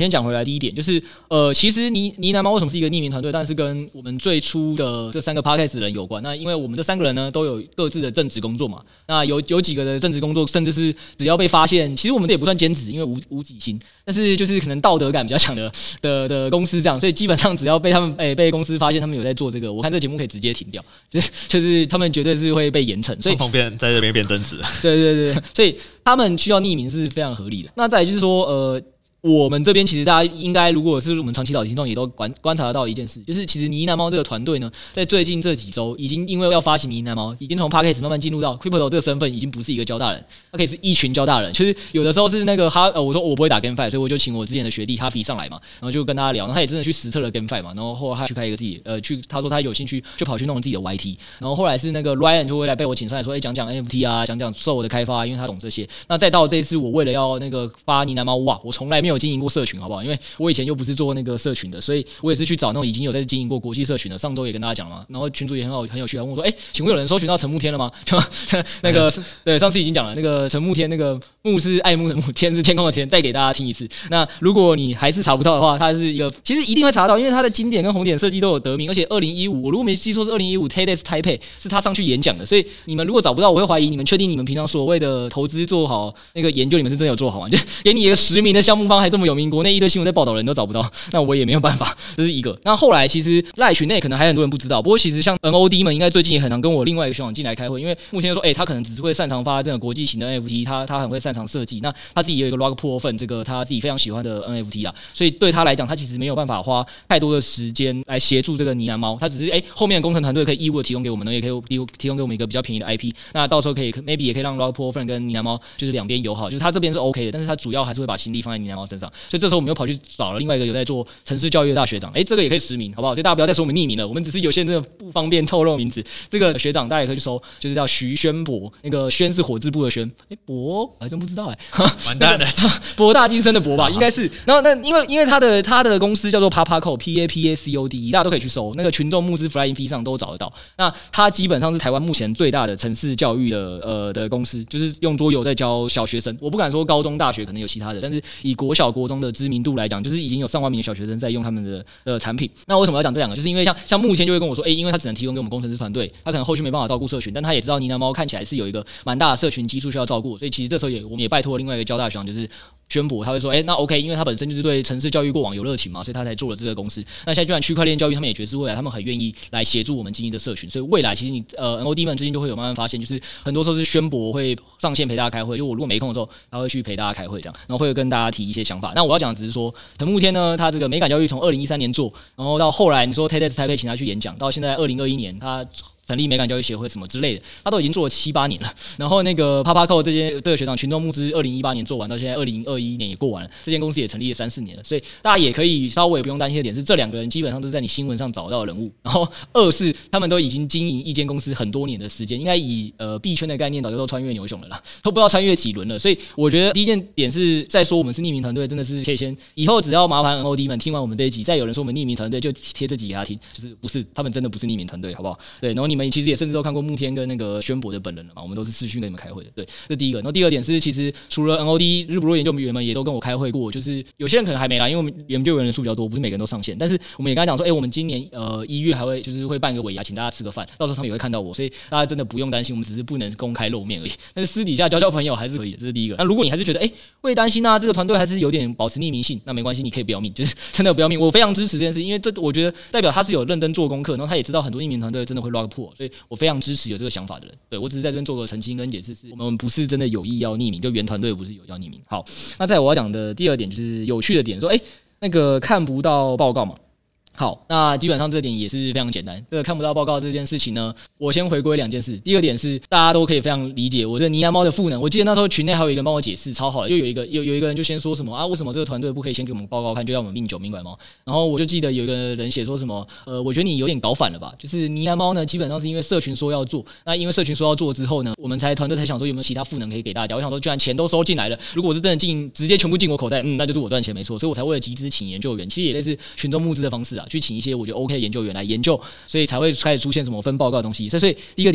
C: 先讲回来，第一点就是其实呢喃猫为什么是一个匿名团队，但是跟我们最初的这3个 podcast 人有关。那因为我们这3个人呢都有各自的正职工作嘛，那有几个的正职工作，甚至是只要被发现，其实我们这也不算兼职，因为无己薪，但是就是可能道德感比较强的公司这样，所以基本上只要被他们被公司发现他们有在做这个，我看这节目可以直接停掉，就是他们绝对是会被严惩，所以
B: 旁边在这边变真实。
C: 对，所以他们需要匿名是非常合理的。那再来就是说我们这边其实大家应该，如果是我们长期老听众，也都观察得到一件事，就是其实呢喃猫这个团队呢，在最近这几周，已经因为要发行呢喃猫，已经从 Podcast 慢慢进入到 Crypto 这个身份，已经不是一个交大人，他可以是一群交大人。就是有的时候是那个我说我不会打 GameFi， 所以我就请我之前的学弟哈比上来嘛，然后就跟大家聊，然后他也真的去实测了 GameFi 嘛，然后后来他去开一个自己他说他有兴趣，就跑去弄自己的 YT， 然后后来是那个 Ryan 就会来被我请上来说，讲 NFT 啊，讲 SOL 的开发，因为他懂这些。那再到这一次，我为了要那个发呢喃猫，哇，我从来没有经营过社群，好不好？因为我以前又不是做那个社群的，所以我也是去找那种已经有在经营过国际社群的。上周也跟大家讲了嘛，然后群主也很有趣，问我说：“请问有人搜寻到陈木天了吗？”那个对，上次已经讲了，那个陈木天，那个木是爱慕的木，天是天空的天，再给大家听一次。那如果你还是查不到的话，它是一个其实一定会查到，因为它的经典跟红点设计都有得名，而且2015，我如果没记错是2015 TEDx Taipei 是他上去演讲的，所以你们如果找不到，我会怀疑你们确定你们平常所谓的投资做好那个研究，你们是真的有做好吗？就给你一个10名的项目方还这么有名，国内一堆新闻在报道的人都找不到，那我也没有办法，这是一个。那后来其实赖群内可能还很多人不知道，不过其实像 NOD 们应该最近也很常跟我另外一个学长进来开会，因为目前就说他可能只是会擅长发这个国际型的 NFT， 他很会擅长设计，那他自己也有一个 Rug Pool 份这个他自己非常喜欢的 NFT 啊，所以对他来讲，他其实没有办法花太多的时间来协助这个呢喃猫，他只是后面的工程团队可以义务的提供给我们，也可以提供给我们一个比较便宜的 IP， 那到时候可以 maybe 也可以让 Rug Pool 份跟呢喃猫就是两边友好，就是他这边是 OK 的，但是他主要还是会把心力放在呢喃猫身上，所以这时候我们又跑去找了另外一个有在做城市教育的大学长，这个也可以实名，好不好？所以大家不要再说我们匿名了，我们只是有些人真的不方便透露名字。这个学长大家也可以去搜，就是叫徐宣博，那个宣是火字部的宣，博还真不知道
B: 完蛋了，
C: 博大精深的博吧，应该是。然后那因为他的公司叫做 Papacode PAPACODE， 大家都可以去搜，那个群众募资 Flying V 上都找得到。那他基本上是台湾目前最大的城市教育的公司，就是用桌游在教小学生。我不敢说高中大学可能有其他的，但是以国小国中的知名度来讲，就是已经有上万名的小学生在用他们的产品。那为什么要讲这两个？就是因为像目前就会跟我说，因为他只能提供给我们工程师团队，他可能后续没办法照顾社群，但他也知道呢喃猫看起来是有一个蛮大的社群基数需要照顾，所以其实这时候我们也拜托另外一个交大学长，就是宣博，他会说，那 OK， 因为他本身就是对城市教育过往有热情嘛，所以他才做了这个公司。那现在居然区块链教育，他们也觉得是未来，他们很愿意来协助我们经营的社群，所以未来其实你NOD 们最近就会有慢慢发现，就是很多时候是宣博会上线陪大家开会，就我如果没空的时候，他会去陪大家开会这样，然后会跟大家提一些想法。那我要讲的只是说，陈木天呢，他这个美感教育从2013年做，然后到后来你说 TEDx Taipei 请他去演讲，到现在2021年他成立美感教育协会什么之类的，他都已经做了7-8年了。然后那个 Papacode 这个学长群众募资2018年做完，到现在2021年也过完了，这间公司也成立了3-4年了，所以大家也可以稍微不用担心的点是，这两个人基本上都是在你新闻上找到的人物。然后二是他们都已经经营一间公司很多年的时间，应该以币圈的概念早就都穿越牛熊了啦，都不知道穿越几轮了。所以我觉得第一件点是在说我们是匿名团队，真的是可以先以后只要麻烦 NOD 们听完我们这一集，再有人说我们匿名团队就贴这集给他听，就是不是他们真的不是匿名团队，好不好？对，然后你们其实也甚至都看过慕天跟那个宣博的本人了嘛，我们都是视讯跟你们开会的。对，这第一个。然后第二点是，其实除了 NOD 日不落研究员们也都跟我开会过，就是有些人可能还没来，因为我们研究员人数比较多，不是每个人都上线。但是我们也跟他讲说，我们今年1月还会就是会办一个尾牙，请大家吃个饭，到时候他们也会看到我，所以大家真的不用担心，我们只是不能公开露面而已。但是私底下交朋友还是可以的，这是第一个。那如果你还是觉得会担心这个团队还是有点保持匿名性，那没关系，你可以不要命，就是真的不要命。我非常支持这件事，因为我觉得代表他是有认真做功课，然后他也知道很多匿名团队真的会 rug pull， 所以我非常支持有这个想法的人。对，我只是在这边做个澄清跟解释，是我们不是真的有意要匿名，就原团队不是有要匿名。好，那在我要讲的第二点就是有趣的点，说那个看不到报告嘛。好，那基本上这点也是非常简单。这个看不到报告这件事情呢，我先回归2件事。第二个点是大家都可以非常理解我这呢喃猫的赋能。我记得那时候群内还有一个人帮我解释，超好的。又有一个人就先说什么为什么这个团队不可以先给我们报告看，就要我们命9命拐猫。然后我就记得有一个人写说什么我觉得你有点搞反了吧？就是呢喃猫呢，基本上是因为社群说要做，那因为社群说要做之后呢，我们团队才想说有没有其他赋能可以给大家。我想说，居然钱都收进来了，如果我是真的直接全部进我口袋，那就是我赚钱没错。所以我才为了集资请研究员，其实也类似群众募资的方式去请一些我觉得OK 研究员来研究，所以才会开始出现什么分报告的东西。所以第一个点，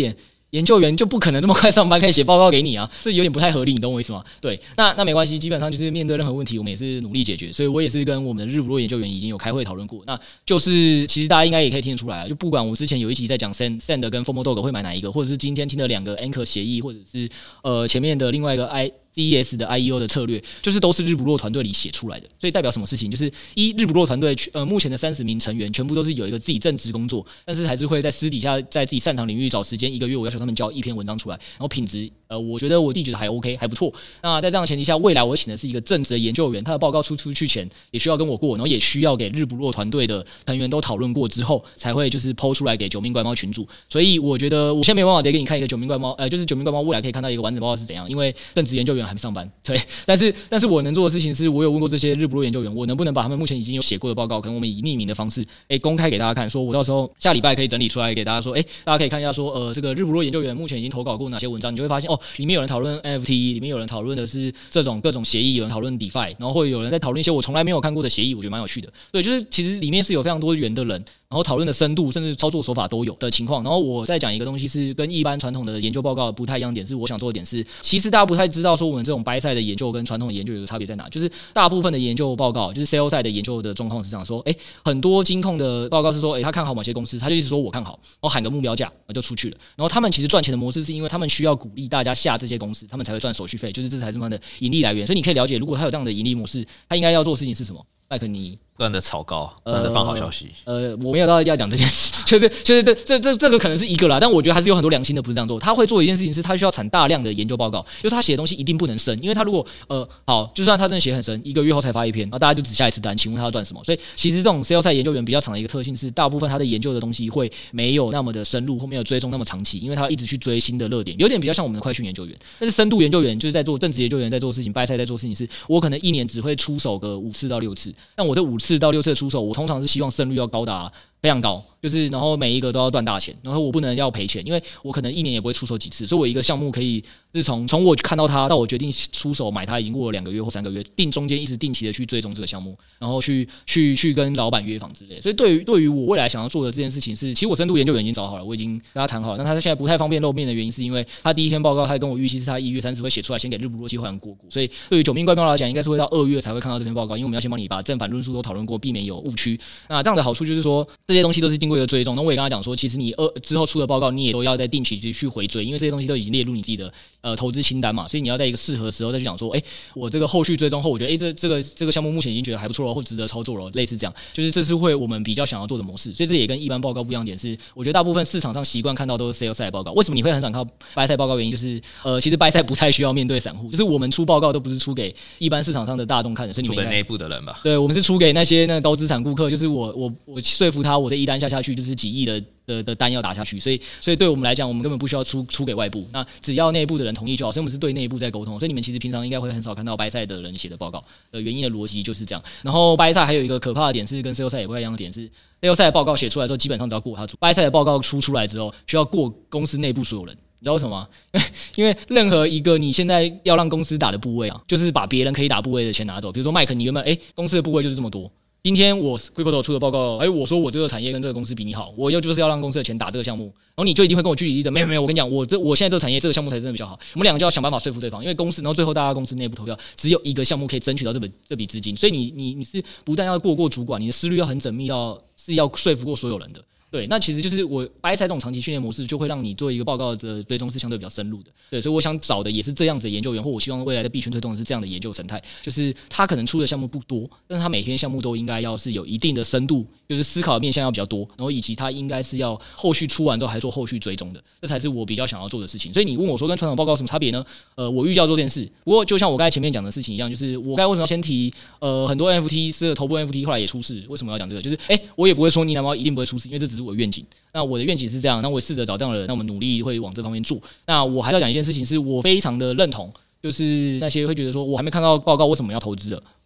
C: 研究员就不可能这么快上班，可以写报告给你啊，这有点不太合理，你懂我意思吗？对，那没关系，基本上就是面对任何问题，我们也是努力解决。所以我也是跟我们的日不落研究员已经有开会讨论过。那就是其实大家应该也可以听得出来啊，就不管我之前有一集在讲 Sand 跟 FOMO Dog 会买哪一个，或者是今天听的2个 Anchor 协议，或者是前面的另外一个CES 的 IEO 的策略，就是都是日不落团队里写出来的。所以代表什么事情？就是日不落团队目前的30名成员全部都是有一个自己正职工作，但是还是会在私底下在自己擅长领域找时间，1个月我要求他们交1篇文章出来，然后品质我觉得我自己觉得还 OK 还不错。那在这样的前提下，未来我请的是一个正职的研究员，他的报告出去前也需要跟我过，然后也需要给日不落团队的成员都讨论过之后，才会就是 PO 出来给九命怪猫群组。所以我觉得我现在没办法直接给你看一个九命怪猫，就是九命怪猫未来可以看到一个完整报告是怎样，因为正职研究员还没上班，对。但是我能做的事情是，我有问过这些日不落研究员，我能不能把他们目前已经有写过的报告，可能我们以匿名的方式，公开给大家看，说我到时候下礼拜可以整理出来给大家说，大家可以看一下说，这个日不落研究员目前已经投稿过哪些文章，你就会发现里面有人讨论 NFT， 里面有人讨论的是这种各种协议，有人讨论 DeFi， 然后会有人在讨论一些我从来没有看过的协议，我觉得蛮有趣的。对，就是其实里面是有非常多元的人。然后讨论的深度甚至操作手法都有的情况，然后我再讲一个东西是跟一般传统的研究报告不太一样的点，是我想做的点是，其实大家不太知道说我们这种buy side的研究跟传统的研究有个差别在哪，就是大部分的研究报告就是 sell side 的研究的状况是这样说，很多金控的报告是说，他看好某些公司，他就一直说我看好，然后喊个目标价就出去了，然后他们其实赚钱的模式是因为他们需要鼓励大家下这些公司，他们才会赚手续费，就是这才是他们的盈利来源，所以你可以了解，如果他有这样的盈利模式，他应该要做的事情是什么。麦克你
B: 不断的炒高，不断的放好消息。
C: 我没有到要讲这件事，就是这个可能是一个啦，但我觉得还是有很多良心的不是这样做。他会做一件事情是，他需要产大量的研究报告，因为他写的东西一定不能深，因为他如果好，就算他真的写很深，1个月后才发1篇，然后大家就只下一次单，请问他要赚什么？所以其实这种 sales side 研究员比较长的一个特性是，大部分他的研究的东西会没有那么的深入，或没有追踪那么长期，因为他一直去追新的热点，有点比较像我们的快讯研究员。但是深度研究员就是在做正职研究员在做事情，buy side在做事情是，我可能1年只会出手个5次到6次，但我这5次到6次的出手，我通常是希望胜率要高达非常高，就是然后每一个都要赚大钱，然后我不能要赔钱，因为我可能1年也不会出手几次，所以我一个项目可以是从我看到它到我决定出手买它已经过了2个月或3个月，中间一直定期的去追踪这个项目，然后去跟老板约访之类。所以对于我未来想要做的这件事情是，其实我深度研究员已经找好了，我已经跟他谈好了，但他现在不太方便露面的原因是因为他第一篇报告他跟我预期是他1月30会写出来，先给日不落计划过股，所以对于九命怪猫来讲，应该是会到2月才会看到这篇报告，因为我们要先帮你把正反论述都讨论过，避免有误区。那这样的好处就是说，这些东西都是经过一个追踪。那我也跟他讲说，其实你之后出的报告，你也都要在定期去回追，因为这些东西都已经列入你自己的投资清单嘛，所以你要在一个适合的时候再去讲说，我这个后续追踪后，我觉得这个项目目前已经觉得还不错了，或值得操作了，类似这样，就是这是会我们比较想要做的模式。所以这也跟一般报告不一样点是，我觉得大部分市场上习惯看到都是 sales side 报告。为什么你会很想看 buy side 报告？原因就是其实 buy side 不太需要面对散户，就是我们出报告都不是出给一般市场上的大众看的，所以你们
B: 出给内部的人吧？
C: 对，我们是出给那些高资产顾客，就是我说服他，我这一单下去就是几亿的单要打下去，所以对我们来讲，我们根本不需要出给外部，那只要内部的人同意就好。所以我们是对内部在沟通，所以你们其实平常应该会很少看到buy side的人写的报告的原因的逻辑就是这样。然后buy side还有一个可怕的点是跟 sell side 也不太一样的点是，sell side 的报告写出来之后，基本上只要过他，buy side 的报告出来之后，需要过公司内部所有人。你知道为什么吗？因为任何一个你现在要让公司打的部位啊，就是把别人可以打部位的钱拿走。比如说麦克，你原本公司的部位就是这么多。今天我 Crypto 出的报告，我说我这个产业跟这个公司比你好，我就是要让公司的钱打这个项目，然后你就一定会跟我据理力争。没有，我跟你讲，我现在这个产业这个项目才真的比较好，我们两个就要想办法说服对方，因为公司，然后最后大家公司内部投票，只有一个项目可以争取到这笔资金，所以你是不但要过主管，你的思虑要很缜密，是要说服过所有人的。对，那其实就是我buy side这种长期训练模式，就会让你做一个报告的追踪是相对比较深入的。对，所以我想找的也是这样子的研究员，或我希望未来的币圈推动的是这样的研究生态，就是他可能出的项目不多，但是他每篇项目都应该要是有一定的深度，就是思考的面向要比较多，然后以及他应该是要后续出完之后还做后续追踪的，这才是我比较想要做的事情。所以你问我说跟传统报告有什么差别呢？我预计要做这件事，不过就像我刚才前面讲的事情一样，就是我该为什么要先提很多 NFT 是头部 NFT 后来也出事，为什么要讲这个？就是我也不会说你蓝猫一定不会出事，因为这只是我的愿景。那我的愿景是这样，那我试着找这样的人，那我们努力会往这方面做。那我还要讲一件事情，是我非常的认同，就是那些会觉得说我还没看到报告，为什么要投资的？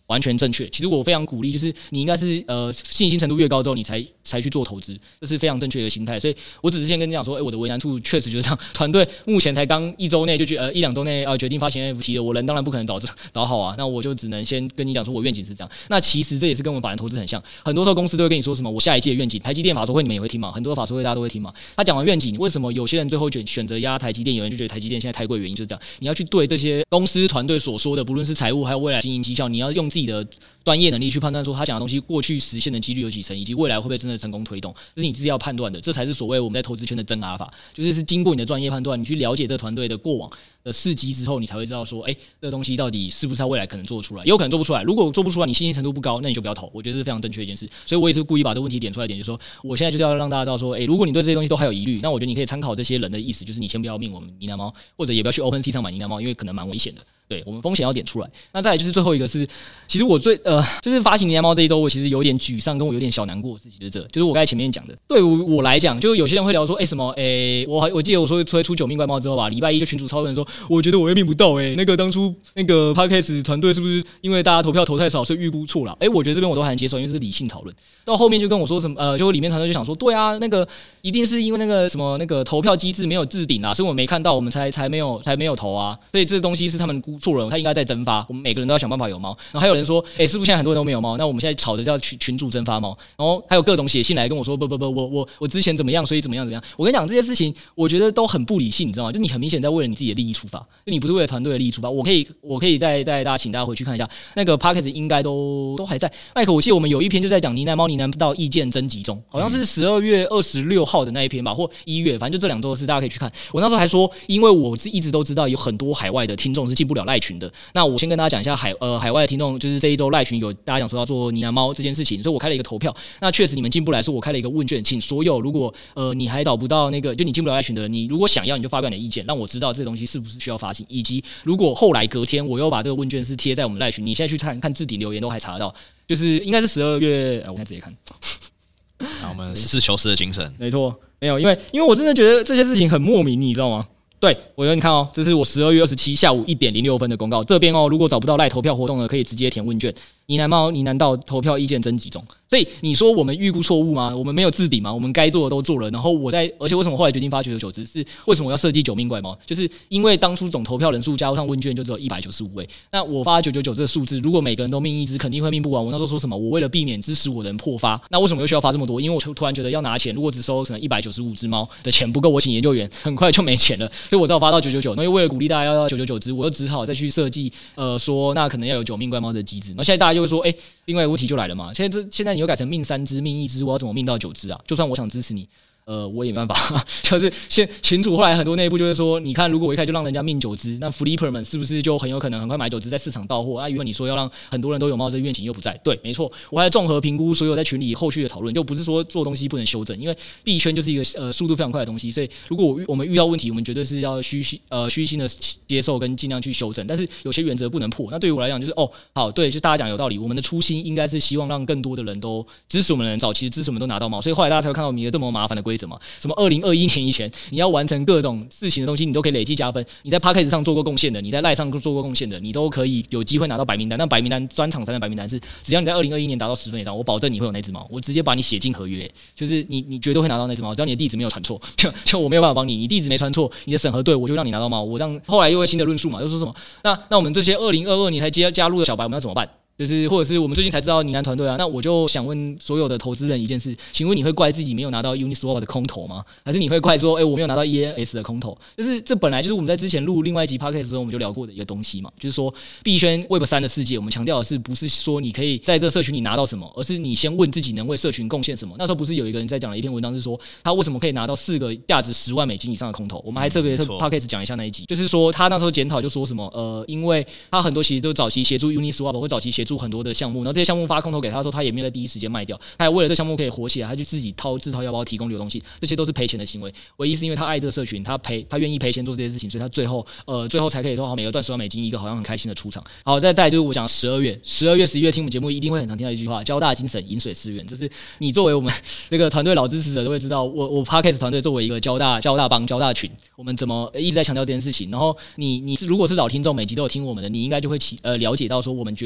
C: 完全正确。其实我非常鼓励，就是你应该是信心程度越高之后，你才去做投资，这是非常正确的心态。所以我只是先跟你讲说，我的为难处确实就是这样。团队目前才刚1周内就1-2周内决定发行 NFT 了，我人当然不可能导好啊，那我就只能先跟你讲说我愿景是这样。那其实这也是跟我们法人投资很像，很多时候公司都会跟你说什么我下一届愿景，台积电法说会你们也会听嘛，很多法说会大家都会听嘛。他讲完愿景，为什么有些人最后选择压台积电，有人就觉得台积电现在太贵，原因就是这样。你要去对这些公司团队所说的，不论是财务还有未来经营绩效，你要用自己的专业能力去判断说他讲的东西过去实现的几率有几成，以及未来会不会真的成功推动，这是你自己要判断的，这才是所谓我们在投资圈的真阿法，就是经过你的专业判断，你去了解这个团队的过往的事迹之后，你才会知道说，这个东西到底是不是他未来可能做得出来，也有可能做不出来。如果做不出来，你信心程度不高，那你就不要投。我觉得是非常正确的一件事，所以我也是故意把这个问题点出来，就是说，我现在就是要让大家知道说，如果你对这些东西都还有疑虑，那我觉得你可以参考这些人的意思，就是你先不要命我们呢喃猫，或者也不要去 OpenSea 上买呢喃猫，因为可能蛮危险的。对，我们风险要点出来。那再来就是最后一个是，其实我就是发行呢喃猫这一周，我其实有点沮丧，跟我有点小难过的事情就是就是我刚才前面讲的。对我来讲，就有些人会聊说，什么，我记得我说出九命怪猫之后吧，礼拜一就群主超多人说，我觉得我又命不到，那个当初那个 Podcast 团队是不是因为大家投票投太少，所以预估错了？我觉得这边我都还能接受，因为是理性讨论。到后面就跟我说什么，就里面团队就想说，对啊，那个一定是因为那个什么那个投票机制没有置顶啊，所以我们没看到，我们才没有投啊，所以这东西是他们估错了，他应该在蒸发，我们每个人都要想办法有猫。然后还有人说，是不是现在很多人都没有猫？那我们现在吵着叫群主蒸发猫，然后还有各种写信来跟我说，不，我之前怎么样，所以怎么样。我跟你讲这些事情，我觉得都很不理性，你知道吗？就你很明显在为了你自己的利益出发，就你不是为了团队的利益出发。我可以带大家请大家回去看一下那个 Podcast 应该都还在。麦克，我记得我们有一篇就在讲呢喃猫呢喃到意见征集中，好像是12月26号的那一篇吧，或1月，反正就这2周的事，大家可以去看。我那时候还说，因为我是一直都知道有很多海外的听众是进不了赖群的，那我先跟大家讲一下海外的听众，就是这一周赖群有大家讲说要做呢喃猫这件事情，所以我开了一个投票。那确实你们进不来，所以我开了一个问卷，请所有如果你还找不到那个就你进不了赖群的人，你如果想要你就发表你的意见，让我知道这个东西是不是需要发行，以及如果后来隔天我又把这个问卷是贴在我们赖群，你现在去看置顶留言都还查得到，就是应该是12月，我看直接看。
B: 那我们实事求是的精神，
C: 没错，没有，因为我真的觉得这些事情很莫名，你知道吗？对，我给你看哦，这是我12月27下午1点06分的公告。这边如果找不到赖投票活动的，可以直接填问卷。呢喃猫呢喃到投票意见征集中。所以你说我们预估错误吗？我们没有置顶吗？我们该做的都做了。然后而且为什么后来决定发99支？是为什么我要设计九命怪猫？就是因为当初总投票人数加上问卷就只有195位。那我发999这个数字，如果每个人都命一支，肯定会命不完。我那时候说什么？我为了避免支持我的人破发，那为什么又需要发这么多？因为我突然觉得要拿钱，如果只收什么195只猫的钱不够，我请研究员很快就没钱了，所以我只好发到999。那为了鼓励大家要999支，我又只好再去设计说那可能要有九命怪猫的机制。那现在大家就会说，另外一个问题就来了嘛，现在你又改成命3只、命1只，我要怎么命到9只啊？就算我想支持你，我也没办法，就是群主后来很多内部就会说，你看如果我一开始就让人家命9只，那 flipper 们是不是就很有可能很快买9只在市场到货？原本你说要让很多人都有猫，这愿景又不在。对，没错，我还综合评估所有在群里后续的讨论，就不是说做东西不能修正，因为币圈就是一个速度非常快的东西，所以如果我们遇到问题，我们绝对是要虚心的接受跟尽量去修正，但是有些原则不能破。那对于我来讲就是好，对，就大家讲有道理，我们的初心应该是希望让更多的人都支持我们的人，早期支持我们都拿到猫，所以后来大家才会看到我们一个这么麻烦的规则嘛，什么2021年以前你要完成各种事情的东西，你都可以累计加分。你在 Podcast 上做过贡献的，你在 LINE 上做过贡献的，你都可以有机会拿到白名单。那白名单专场3的白名单是，只要你在2021年达到10分以上，我保证你会有那只猫，我直接把你写进合约，就是你绝对会拿到那只猫，只要你的地址没有传错，就我没有办法帮你，你地址没传错，你的审核对，我就让你拿到猫。我这样后来又有新的论述嘛，就说什么那我们这些2022年才加入的小白，我们要怎么办？就是或者是我们最近才知道呢喃团队啊，那我就想问所有的投资人一件事，请问你会怪自己没有拿到 Uniswap 的空投吗？还是你会怪说我没有拿到 ENS 的空投？就是这本来就是我们在之前录另外一集 Podcast 的时候我们就聊过的一个东西嘛，就是说币圈 Web3 的世界，我们强调的是不是说你可以在这个社群里拿到什么，而是你先问自己能为社群贡献什么。那时候不是有一个人在讲了一篇文章，是说他为什么可以拿到4个价值10万美金以上的空投，我们还特别 Podcast 讲一下那一集，就是说他那时候检讨就说什么因为他很多其实都早期协助 Uniswap 或早期协助很多的项目，然后这些项目发空投给他的时候，他也没有在第一时间卖掉，他还为了这项目可以活起来，他就自掏腰包提供流动性，这些都是赔钱的行为。唯一是因为他爱这个社群，他愿意赔钱做这些事情，所以他最后才可以说好每个赚10万美金一个，好像很开心的出场。好，再来就是我讲12月、11月听我们节目一定会很常听到一句话：交大精神，饮水思源。这是你作为我们这个团队老支持者都会知道，我 Podcast 团队作为一个交大帮交大群，我们怎么一直在强调这件事情。然后你如果是老听众，每集都有听我们的，你应该就会了解到说，我们绝对都会支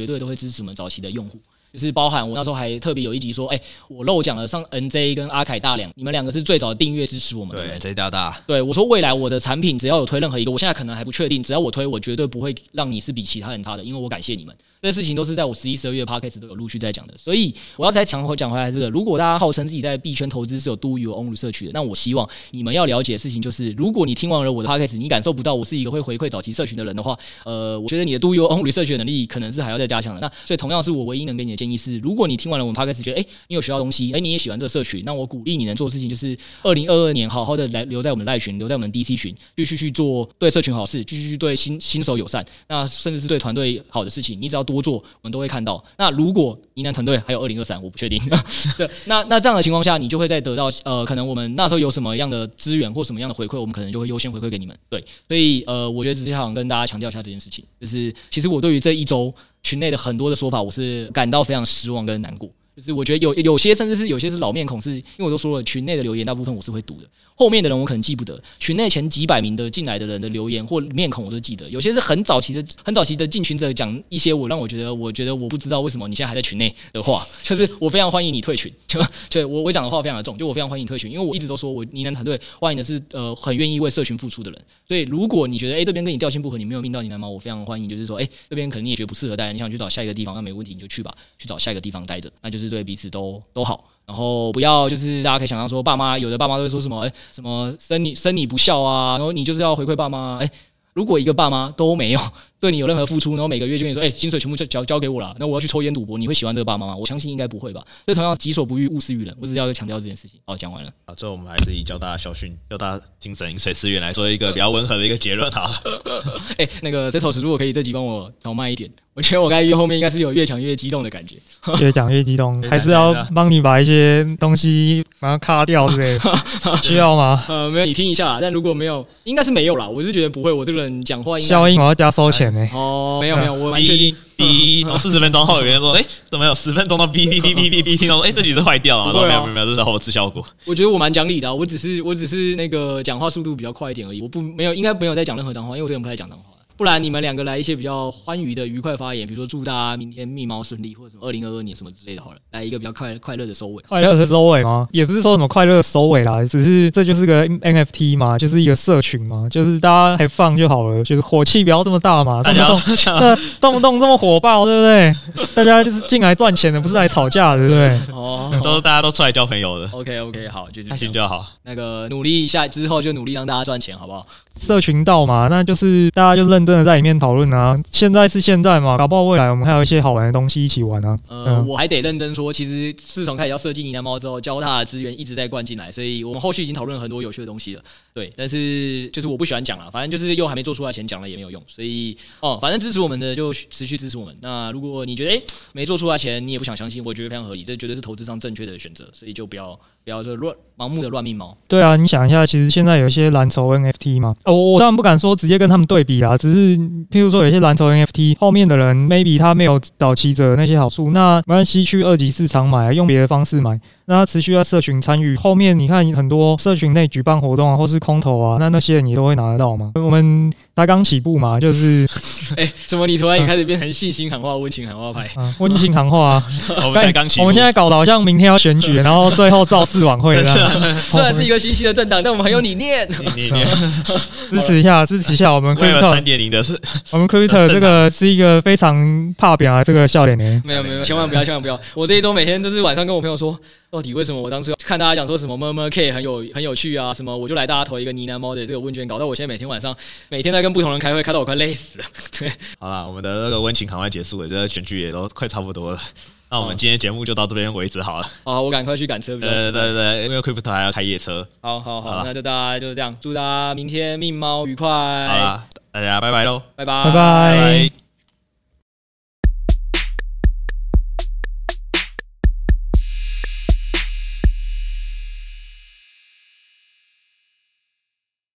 C: 支持我们早期的用户。就是包含我那时候还特别有一集说，我漏讲了上 NJ 跟阿凯大两，你们两个是最早订阅支持我们的人。
B: 对， NJ 大大。
C: 对，我说未来我的产品只要有推任何一个，我现在可能还不确定，只要我推，我绝对不会让你是比其他人差的，因为我感谢你们。这些事情都是在我11、12月的 podcast 都有陆续在讲的，所以我要再讲回来这个，如果大家号称自己在币圈投资是有 do your own research 的，那我希望你们要了解的事情就是，如果你听完了我的 podcast， 你感受不到我是一个会回馈早期社群的人的话，我觉得你的 do your own research 的能力可能是还要再加强的。那所以同样是我唯一能给你的建议是，如果你听完了我们 podcast 觉得你有学到东西，你也喜欢这个社群，那我鼓励你能做的事情就是2022年好好的来留在我们赖群，留在我们 DC 群，继续去做对社群好事，继续对新手友善，那甚至是对团队好的事情，你只要多做，我们都会看到。那如果呢喃团队还有2023，我不确定。对，那这样的情况下，你就会再得到可能我们那时候有什么样的资源或什么样的回馈，我们可能就会优先回馈给你们。对，所以我觉得只是想跟大家强调一下这件事情，就是其实我对于这一周群内的很多的说法，我是感到非常失望跟难过。就是我觉得有些甚至是有些是老面孔，是因为我都说了，群内的留言大部分我是会读的，后面的人我可能记不得，群内前几百名的进来的人的留言或面孔我都记得，有些是很早期的进群者讲一些让我觉得我不知道为什么你现在还在群内的话，就是我非常欢迎你退群，就我讲的话非常的重，就我非常欢迎你退群，因为我一直都说我呢喃团队欢迎的是很愿意为社群付出的人，所以如果你觉得这边跟你调性不合，你没有命到呢喃猫，我非常欢迎，就是说这边可能你也觉得不适合待，你想去找下一个地方，那没问题你就去吧，去找下一个地方待着，那就是对彼此都好。然后不要就是大家可以想象说，有的爸妈都会说什么什么生你不孝啊，然后你就是要回馈爸妈。如果一个爸妈都没有对你有任何付出，然后每个月就跟你说，薪水全部交给我了，那我要去抽烟赌博，你会喜欢这个爸妈吗？我相信应该不会吧。所以同样己所不欲，勿施于人，我只是要强调这件事情。好，讲完了。
B: 好，最后我们还是以教大家校训、教大家精神饮水思源来说一个比较温和的一个结论好了。
C: 那个 Zetos 如果可以这集帮我调慢一点，我觉得我该后面应该是有越讲越激动的感觉。
D: 越讲越激动，还是要帮你把一些东西把它卡掉之类的，需要吗？
C: 没有，你听一下，但如果没有，应该是没有啦。我是觉得不会，我这个人讲话应该
D: 消音我要加收钱呢。
C: 没有，我蛮确定。
B: 40分钟后有人说，怎么有10分钟到哔，听到这集是坏掉了，没有，这是后置效果。
C: 我觉得我蛮讲理的，我只是那个讲话速度比较快一点而已，应该没有在讲任何脏话，因为我这个人不太讲脏话。不然你们两个来一些比较欢愉的愉快发言，比如说祝大家明天蜜猫顺利，或者什么2022年什么之类的好了，来一个比较快乐的收尾。
D: 快乐的收尾吗？也不是说什么快乐的收尾啦，只是这就是个 NFT 嘛，就是一个社群嘛，就是大家还放就好了，就是火气不要这么大嘛，动不动这么火爆，对不对？大家就是进来赚钱的，不是来吵架的，对不对？
B: 都大家都出来交朋友的。
C: OK， 好，就
B: 开心就好。
C: 那个努力一下之后就努力让大家赚钱，好不好？
D: 社群道嘛，那就是大家就认真的在里面讨论啊。现在是现在嘛，搞不好未来我们还有一些好玩的东西一起玩啊。
C: 我还得认真说，其实自从开始要设计呢喃猫之后，交大的资源一直在灌进来，所以我们后续已经讨论了很多有趣的东西了。对，但是就是我不喜欢讲了，反正就是又还没做出来前讲了也没有用，所以反正支持我们的就持续支持我们。那如果你觉得没做出来前你也不想相信，我觉得非常合理，这绝对是投资上正确的选择，所以就不要就盲目的乱命猫。
D: 对啊，你想一下，其实现在有一些蓝筹 NFT 嘛，我当然不敢说直接跟他们对比啦，只是譬如说有些蓝筹 NFT 后面的人 maybe 他没有早期者那些好处，那没关系，去二级市场买，用别的方式买。那他持续在社群参与，后面你看很多社群内举办活动啊，或是空投啊，那些人也都会拿得到嘛。我们才刚起步嘛，就是
C: 怎么你突然也开始变成信心喊话、温情喊话派？
D: 温情喊话啊！
B: 我们才刚起步，
D: 我们现在搞得好像明天要选举，然后最后造势晚会这样。
C: 虽然是一个新兴的政党，但我们很有理念。
D: 支持一下我们 Crypto
B: 3.0的是，
D: 我们 Crypto 这个是一个非常怕表的这个笑脸呢。
C: 没有，千万不要！我这一周每天都是晚上跟我朋友说，到底为什么我当初看大家讲说什么 murmur-K 很有趣啊，什么我就来大家投一个呢喃猫的这个问卷，搞到我现在每天晚上每天在跟不同人开会，开到我快累死了。对，
B: 好啦，我们的那个温情赶快结束了，这个选举也都快差不多了。那我们今天节目就到这边为止好了。
C: 好，我赶快去赶车比较实
B: 在。对，因为 Crypto 还要开夜车。
C: 好，那就大家就是这样，祝大家明天命猫愉快。好
B: 啦，大家拜拜喽，
C: 拜拜。